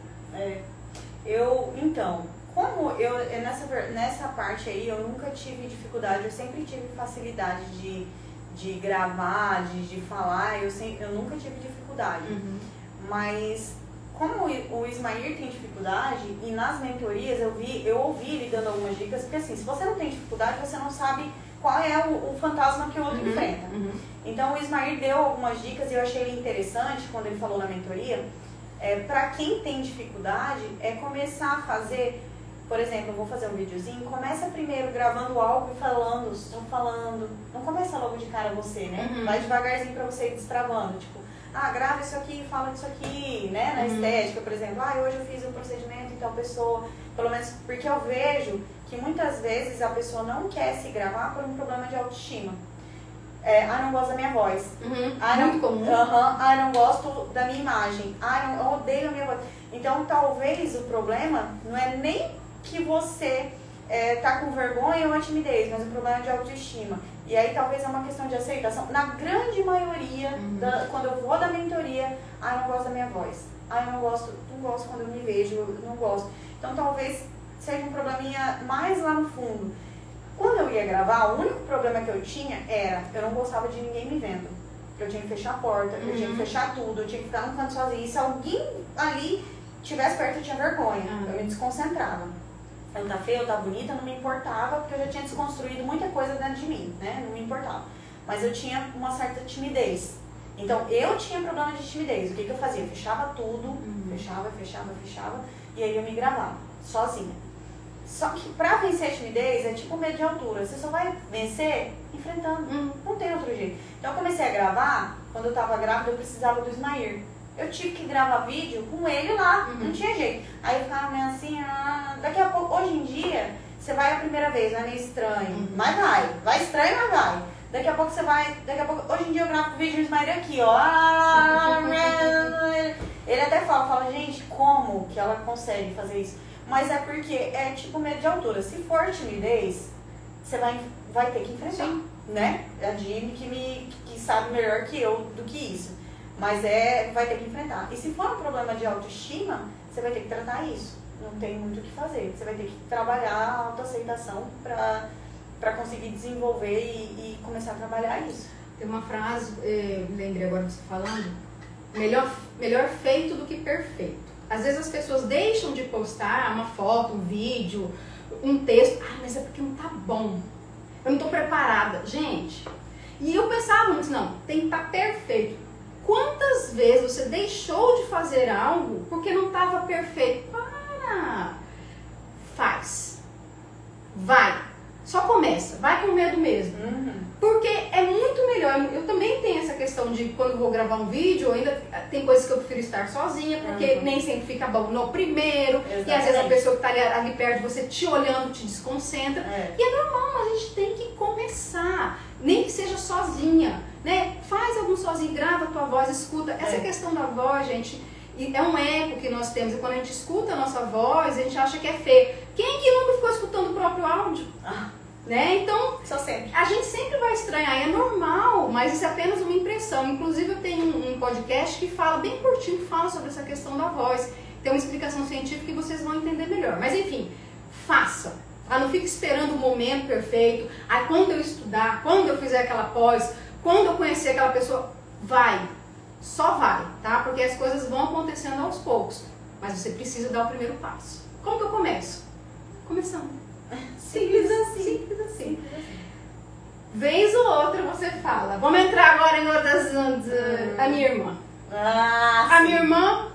Então, como nessa parte aí, eu nunca tive dificuldade, eu sempre tive facilidade de gravar, de falar, eu nunca tive dificuldade. Mas como o Ismael tem dificuldade, e nas mentorias eu ouvi ele dando algumas dicas, porque assim, se você não tem dificuldade, você não sabe qual é o fantasma que o outro enfrenta. Então o Ismael deu algumas dicas e eu achei ele interessante quando ele falou na mentoria. Para quem tem dificuldade, começar a fazer, por exemplo, eu vou fazer um videozinho, começa primeiro gravando algo e falando, não começa logo de cara você, né? Vai devagarzinho para você ir destravando, tipo, grava isso aqui, fala disso aqui, né? Na estética, por exemplo, hoje eu fiz um procedimento em tal pessoa, pelo menos porque eu vejo que muitas vezes a pessoa não quer se gravar por um problema de autoestima. Não gosto da minha voz. Muito comum. Não gosto da minha imagem. Eu odeio a minha voz. Então, talvez o problema não é nem que você tá com vergonha ou timidez, mas o problema é de autoestima. E aí, talvez é uma questão de aceitação. Na grande maioria, quando eu vou da mentoria, eu não gosto da minha voz. Eu não gosto quando eu me vejo, eu não gosto. Então, talvez seja um probleminha mais lá no fundo. Quando eu ia gravar, o único problema que eu tinha era, eu não gostava de ninguém me vendo. Eu tinha que fechar a porta, eu tinha que fechar tudo, eu tinha que ficar no canto sozinha. E se alguém ali estivesse perto, eu tinha vergonha, eu me desconcentrava. Eu tá feia, eu tá bonita, não me importava, porque eu já tinha desconstruído muita coisa dentro de mim, né? Não me importava. Mas eu tinha uma certa timidez. Então, eu tinha problema de timidez. O que eu fazia? Fechava tudo, fechava. E aí eu me gravava, sozinha. Só que pra vencer a timidez é tipo medo de altura. Você só vai vencer enfrentando. Não tem outro jeito. Então eu comecei a gravar, quando eu tava grávida eu precisava do Ismair. Eu tive que gravar vídeo com ele lá, não tinha jeito. Aí eu ficava meio assim, daqui a pouco, hoje em dia, você vai a primeira vez, vai meio estranho, mas vai estranho, mas vai. Daqui a pouco você vai, hoje em dia eu gravo vídeo do Ismair aqui, ó. Ele até fala, gente, como que ela consegue fazer isso? Mas é porque é tipo medo de altura. Se for timidez, você vai ter que enfrentar, né? A Jimmy que sabe melhor que eu do que isso. Mas vai ter que enfrentar. E se for um problema de autoestima, você vai ter que tratar isso. Não tem muito o que fazer. Você vai ter que trabalhar a autoaceitação para conseguir desenvolver e começar a trabalhar isso. Tem uma frase, lembrei agora de você falando, melhor feito do que perfeito. Às vezes as pessoas deixam de postar uma foto, um vídeo, um texto. Mas é porque não tá bom. Eu não tô preparada. Gente, e eu pensava muito, não, tem que estar perfeito. Quantas vezes você deixou de fazer algo porque não estava perfeito? Para! Faz. Vai. Só começa. Vai com medo mesmo. Porque é muito melhor. Eu também tenho essa questão de quando eu vou gravar um vídeo, ainda tem coisas que eu prefiro estar sozinha, porque nem sempre fica bom no primeiro. Exatamente. E às vezes a pessoa que está ali perto de você te olhando te desconcentra. E é normal, mas a gente tem que começar. Nem que seja sozinha, né? Faz algum sozinho, grava a tua voz, escuta. Essa questão da voz, gente, é um eco que nós temos. E quando a gente escuta a nossa voz, a gente acha que é feio. Quem que nunca ficou escutando o próprio áudio? Né? Então, a gente sempre vai estranhar, é normal, mas isso é apenas uma impressão. Inclusive eu tenho um podcast que fala, bem curtinho, que fala sobre essa questão da voz. Tem uma explicação científica que vocês vão entender melhor. Mas enfim, faça. Não fique esperando o momento perfeito. Quando eu estudar, quando eu fizer aquela pós, quando eu conhecer aquela pessoa, vai. Só vai, tá? Porque as coisas vão acontecendo aos poucos. Mas você precisa dar o primeiro passo. Como que eu começo? Começando. Simples assim. Vez ou outra você fala. Vamos entrar agora em outras. A minha irmã. A minha irmã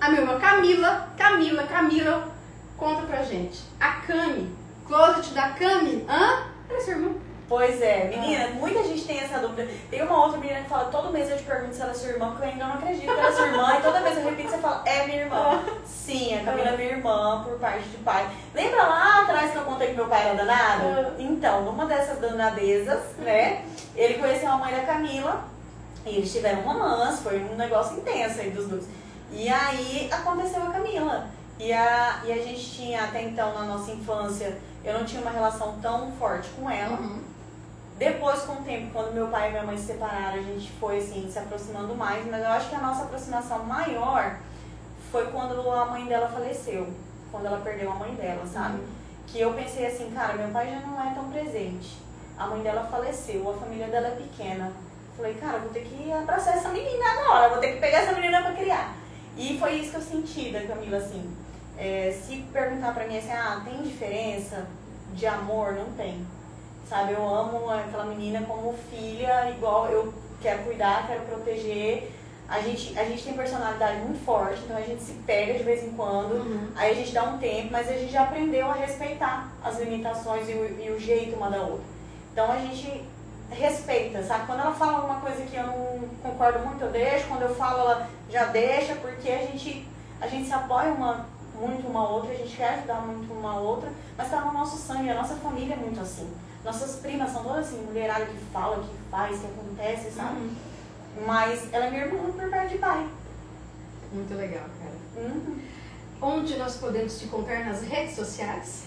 Camila, conta pra gente. A Cami, closet da Cami, era sua irmã? Pois é, menina, muita gente tem essa dúvida. Tem uma outra menina que fala, todo mês eu te pergunto se ela é sua irmã, porque eu ainda não acredito que ela é sua irmã, e toda vez eu repito, você fala, é minha irmã. Sim, a Camila é minha irmã, por parte de pai. Lembra lá atrás que eu contei que meu pai era danado? Então, numa dessas danadezas, né, ele conheceu a mãe da Camila, e eles tiveram um romance, foi um negócio intenso aí dos dois. E aí aconteceu a Camila. E a gente tinha, até então, na nossa infância, eu não tinha uma relação tão forte com ela. Depois, com o tempo, quando meu pai e minha mãe se separaram, a gente foi, assim, se aproximando mais. Mas eu acho que a nossa aproximação maior foi quando a mãe dela faleceu. Quando ela perdeu a mãe dela, sabe? Que eu pensei assim, cara, meu pai já não é tão presente. A mãe dela faleceu, a família dela é pequena. Falei, cara, vou ter que abraçar essa menina agora, vou ter que pegar essa menina pra criar. E foi isso que eu senti da Camila, assim. Se perguntar pra mim assim, tem diferença de amor? Não tem. Sabe, eu amo aquela menina como filha, igual eu quero cuidar, quero proteger. A gente tem personalidade muito forte, então a gente se pega de vez em quando, aí a gente dá um tempo, mas a gente já aprendeu a respeitar as limitações e o jeito uma da outra. Então a gente respeita, sabe? Quando ela fala alguma coisa que eu não concordo muito, eu deixo. Quando eu falo, ela já deixa, porque a gente se apoia muito uma a outra, a gente quer ajudar muito uma a outra, mas tá no nosso sangue, a nossa família é muito assim. Nossas primas são todas assim, mulherada que fala, que faz, que acontece, sabe? Mas ela é minha irmã por parte de pai. Muito legal, cara. Onde nós podemos te encontrar nas redes sociais?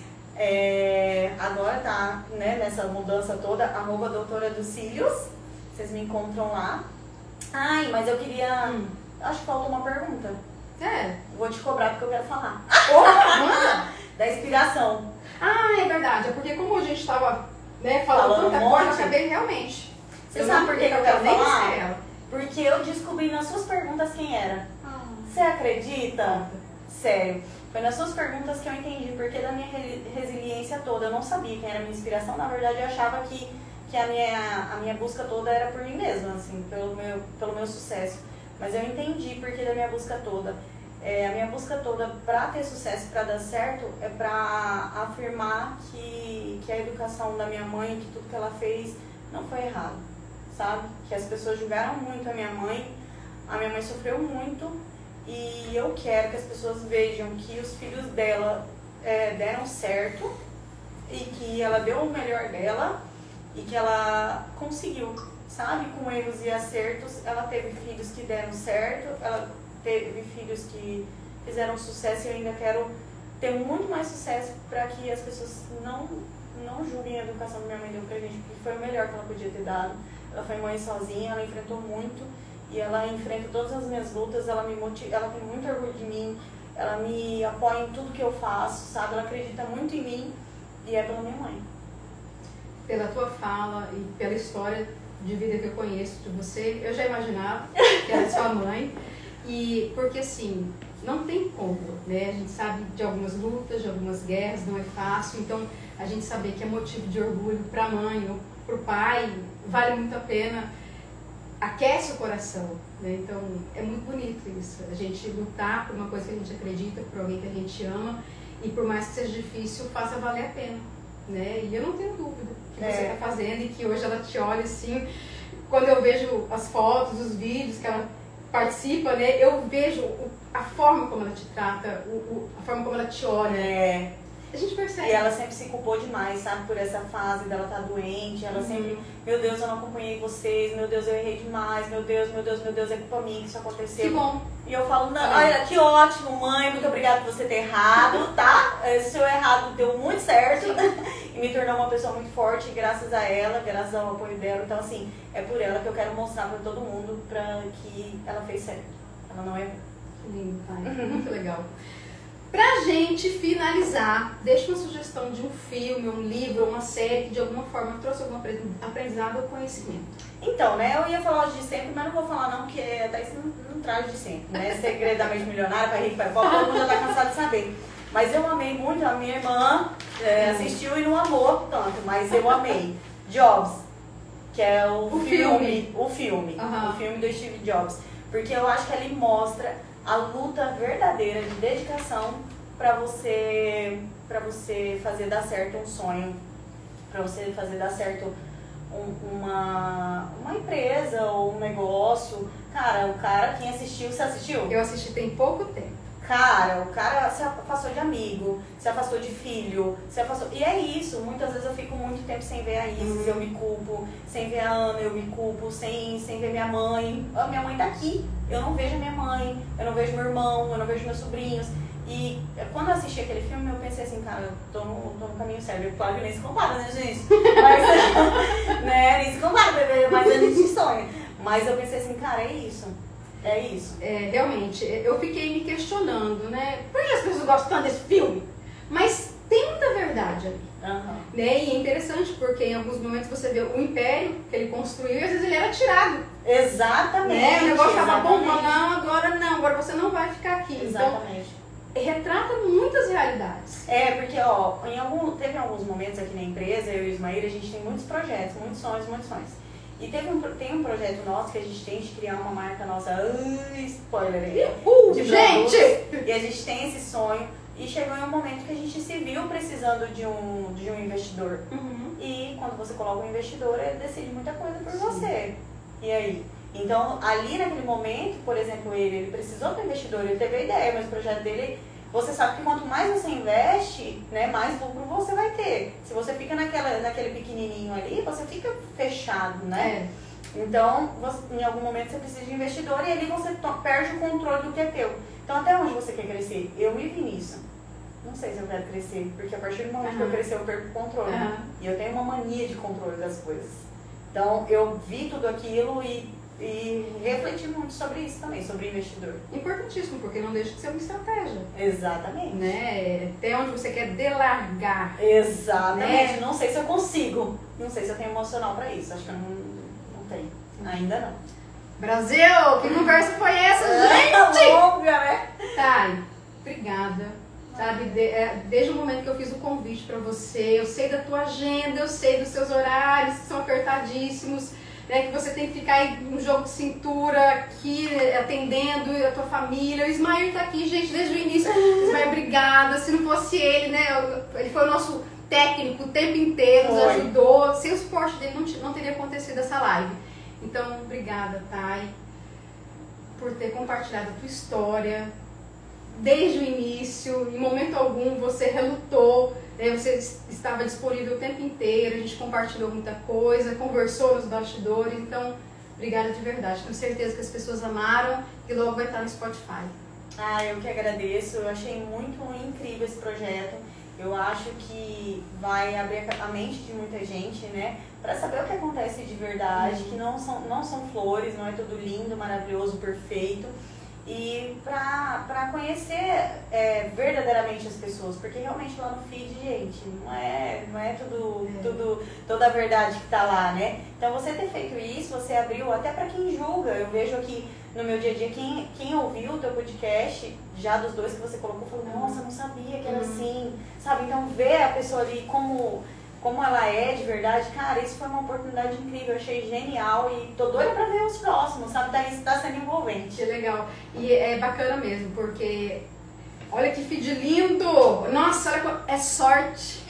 Agora tá, né, nessa mudança toda, @doutora dos cílios. Vocês me encontram lá. Mas eu queria... Acho que faltou uma pergunta. Vou te cobrar porque eu quero falar. Manda! Da inspiração. É verdade. É porque como a gente tava, né, falando tanta coisa, eu acabei realmente. Você sabe por que eu quero falar? Porque eu descobri nas suas perguntas quem era. Você acredita? Sério. Foi nas suas perguntas que eu entendi porque da minha resiliência toda. Eu não sabia quem era a minha inspiração. Na verdade, eu achava que a minha busca toda era por mim mesma, assim, pelo meu sucesso. Mas eu entendi porque da minha busca toda. a minha busca toda para ter sucesso, para dar certo, é para afirmar que a educação da minha mãe, que tudo que ela fez não foi errado, sabe? Que as pessoas julgaram muito a minha mãe sofreu muito, e eu quero que as pessoas vejam que os filhos dela deram certo e que ela deu o melhor dela e que ela conseguiu, sabe? Com erros e acertos, ela teve filhos que deram certo, ela teve filhos que fizeram sucesso, e eu ainda quero ter muito mais sucesso para que as pessoas não julguem a educação que minha mãe deu pra gente, porque foi o melhor que ela podia ter dado. Ela foi mãe sozinha, ela enfrentou muito, e ela enfrenta todas as minhas lutas, ela me motiva, ela tem muito orgulho de mim, ela me apoia em tudo que eu faço, sabe? Ela acredita muito em mim, e é pela minha mãe. Pela tua fala e pela história de vida que eu conheço de você, eu já imaginava que era sua mãe. E porque assim, não tem como, né? A gente sabe de algumas lutas, de algumas guerras, não é fácil. Então, a gente saber que é motivo de orgulho para a mãe ou para o pai, vale muito a pena, aquece o coração, né? Então, é muito bonito isso. A gente lutar por uma coisa que a gente acredita, por alguém que a gente ama, e por mais que seja difícil, faça valer a pena, né? E eu não tenho dúvida que você está fazendo, e que hoje ela te olha assim. Quando eu vejo as fotos, os vídeos que ela participa, né? Eu vejo a forma como ela te trata, a forma como ela te olha. A gente percebe. E ela sempre se culpou demais, sabe? Por essa fase dela estar doente. Ela sempre, meu Deus, eu não acompanhei vocês. Meu Deus, eu errei demais. Meu Deus, é culpa minha que isso aconteceu. Que bom. E eu falo, não, olha, que ótimo, mãe. Muito obrigada por você ter errado, tá? Esse seu errado deu muito certo. E me tornou uma pessoa muito forte, graças a ela, graças ao apoio dela. Então, assim, é por ela que eu quero mostrar pra todo mundo que ela fez certo. Ela não é... Que lindo, pai. Muito legal. Pra gente finalizar, deixa uma sugestão de um filme, um livro, uma série que de alguma forma trouxe algum aprendizado ou conhecimento. Então, né, eu ia falar de sempre, mas não vou falar não, porque até isso não traz de sempre, né? Segredo da Mente Milionária, Pai Rico, Pai Pobre, todo mundo já tá cansado de saber. Mas eu amei muito, a minha irmã assistiu e não amou tanto, mas eu amei. Jobs, que é o filme do Steve Jobs. Porque eu acho que ele mostra a luta verdadeira de dedicação para você fazer dar certo um sonho, para você fazer dar certo uma empresa ou um negócio. Cara, quem assistiu, você assistiu? Eu assisti tem pouco tempo. Cara, o cara se afastou de amigo, se afastou de filho, se afastou... E é isso, muitas vezes eu fico muito tempo sem ver a Isis, eu me culpo, sem ver a Ana, eu me culpo, sem ver minha mãe. A minha mãe tá aqui, eu não vejo a minha mãe, eu não vejo meu irmão, eu não vejo meus sobrinhos. E quando eu assisti aquele filme, eu pensei assim, cara, eu tô no caminho certo. Claro que nem se compara, né, gente? Mas, né, nem se compara, mas a gente sonha. Mas eu pensei assim, cara, é isso. É isso. Realmente, eu fiquei me questionando, né? Por que as pessoas gostam tanto desse filme? Mas tem muita verdade ali. Né? E é interessante porque em alguns momentos você vê o império que ele construiu e às vezes ele era tirado. Exatamente. Né? O negócio estava bombando, agora você não vai ficar aqui. Exatamente. Então, retrata muitas realidades. Porque teve alguns momentos aqui na empresa, eu e o Ismael, a gente tem muitos projetos, muitos sonhos. E tem um projeto nosso que a gente tem de criar uma marca nossa, spoiler aí, de gente! E a gente tem esse sonho, e chegou em um momento que a gente se viu precisando de um investidor. E quando você coloca um investidor, ele decide muita coisa por você. E aí? Então, ali naquele momento, por exemplo, ele precisou do investidor, ele teve a ideia, mas o projeto dele... Você sabe que quanto mais você investe, né, mais lucro você vai ter. Se você fica naquele pequenininho ali, você fica fechado, né? Então, em algum momento você precisa de investidor e ali você perde o controle do que é teu. Então, até onde você quer crescer? Eu me vi nisso. Não sei se eu quero crescer, porque a partir do momento que eu crescer, eu perco o controle. E eu tenho uma mania de controle das coisas. Então, eu vi tudo aquilo e refleti muito sobre isso também, sobre investidor. Importantíssimo, porque não deixa de ser uma estratégia. Exatamente. Né? Até onde você quer delargar. Exatamente. Né? Não sei se eu consigo. Não sei se eu tenho emocional pra isso. Acho que eu não tenho. Ainda não. Brasil! Que conversa foi essa, gente? Longa, né? Thay, obrigada. Sabe, desde o momento que eu fiz o convite pra você, eu sei da tua agenda, eu sei dos seus horários, que são apertadíssimos. né, que você tem que ficar aí no jogo de cintura, aqui, atendendo a tua família. O Ismael tá aqui, gente, desde o início. Ismael, obrigada. Se não fosse ele, né, ele foi o nosso técnico o tempo inteiro, nos ajudou. Sem o suporte dele não teria acontecido essa live. Então, obrigada, Thay, por ter compartilhado a tua história. Desde o início, em momento algum você relutou, né? Você estava disponível o tempo inteiro, a gente compartilhou muita coisa, conversou nos bastidores, então obrigada de verdade. Tenho certeza que as pessoas amaram e logo vai estar no Spotify. Eu que agradeço, eu achei muito incrível esse projeto. Eu acho que vai abrir a mente de muita gente, né? Para saber o que acontece de verdade, que não são flores, não é tudo lindo, maravilhoso, perfeito. E para conhecer verdadeiramente as pessoas, porque realmente lá no feed, gente, não é toda a verdade que tá lá, né? Então você ter feito isso, você abriu até para quem julga. Eu vejo aqui no meu dia a dia, quem ouviu o teu podcast, já dos 2 que você colocou, falou, nossa, não sabia que era assim, sabe? Então ver a pessoa ali como ela é de verdade, cara, isso foi uma oportunidade incrível, eu achei genial e tô doida pra ver os próximos, sabe? Tá sendo envolvente. Que legal. E é bacana mesmo, porque olha que feed lindo! Nossa, olha, é sorte.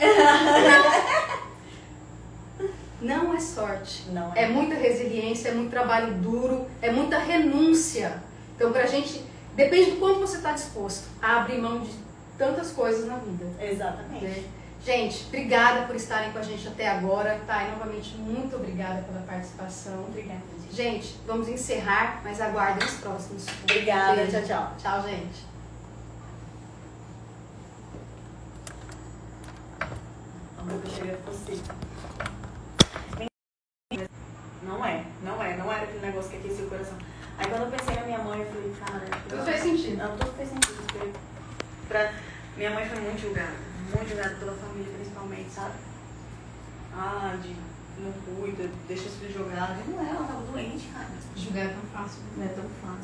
Não é sorte. Não é. É muita resiliência, é muito trabalho duro, é muita renúncia. Então pra gente, depende do quanto você está disposto a abrir mão de tantas coisas na vida. Exatamente. Né? Gente, obrigada por estarem com a gente até agora. Thay, novamente, muito obrigada pela participação. Obrigada. Gente, vamos encerrar, mas aguardem os próximos. Obrigada, Beijo. tchau, tchau. Tchau, gente. A boca chega a você. Não era aquele negócio que aquecia o coração. Aí quando eu pensei na minha mãe, eu falei, cara... Tudo fez sentido. Não, tudo fez sentido. Minha mãe foi muito julgada pela família, principalmente, sabe? Não cuida, deixa os filhos jogados. Não é, ela tava doente, cara. Julgar é tão fácil. Não é tão fácil.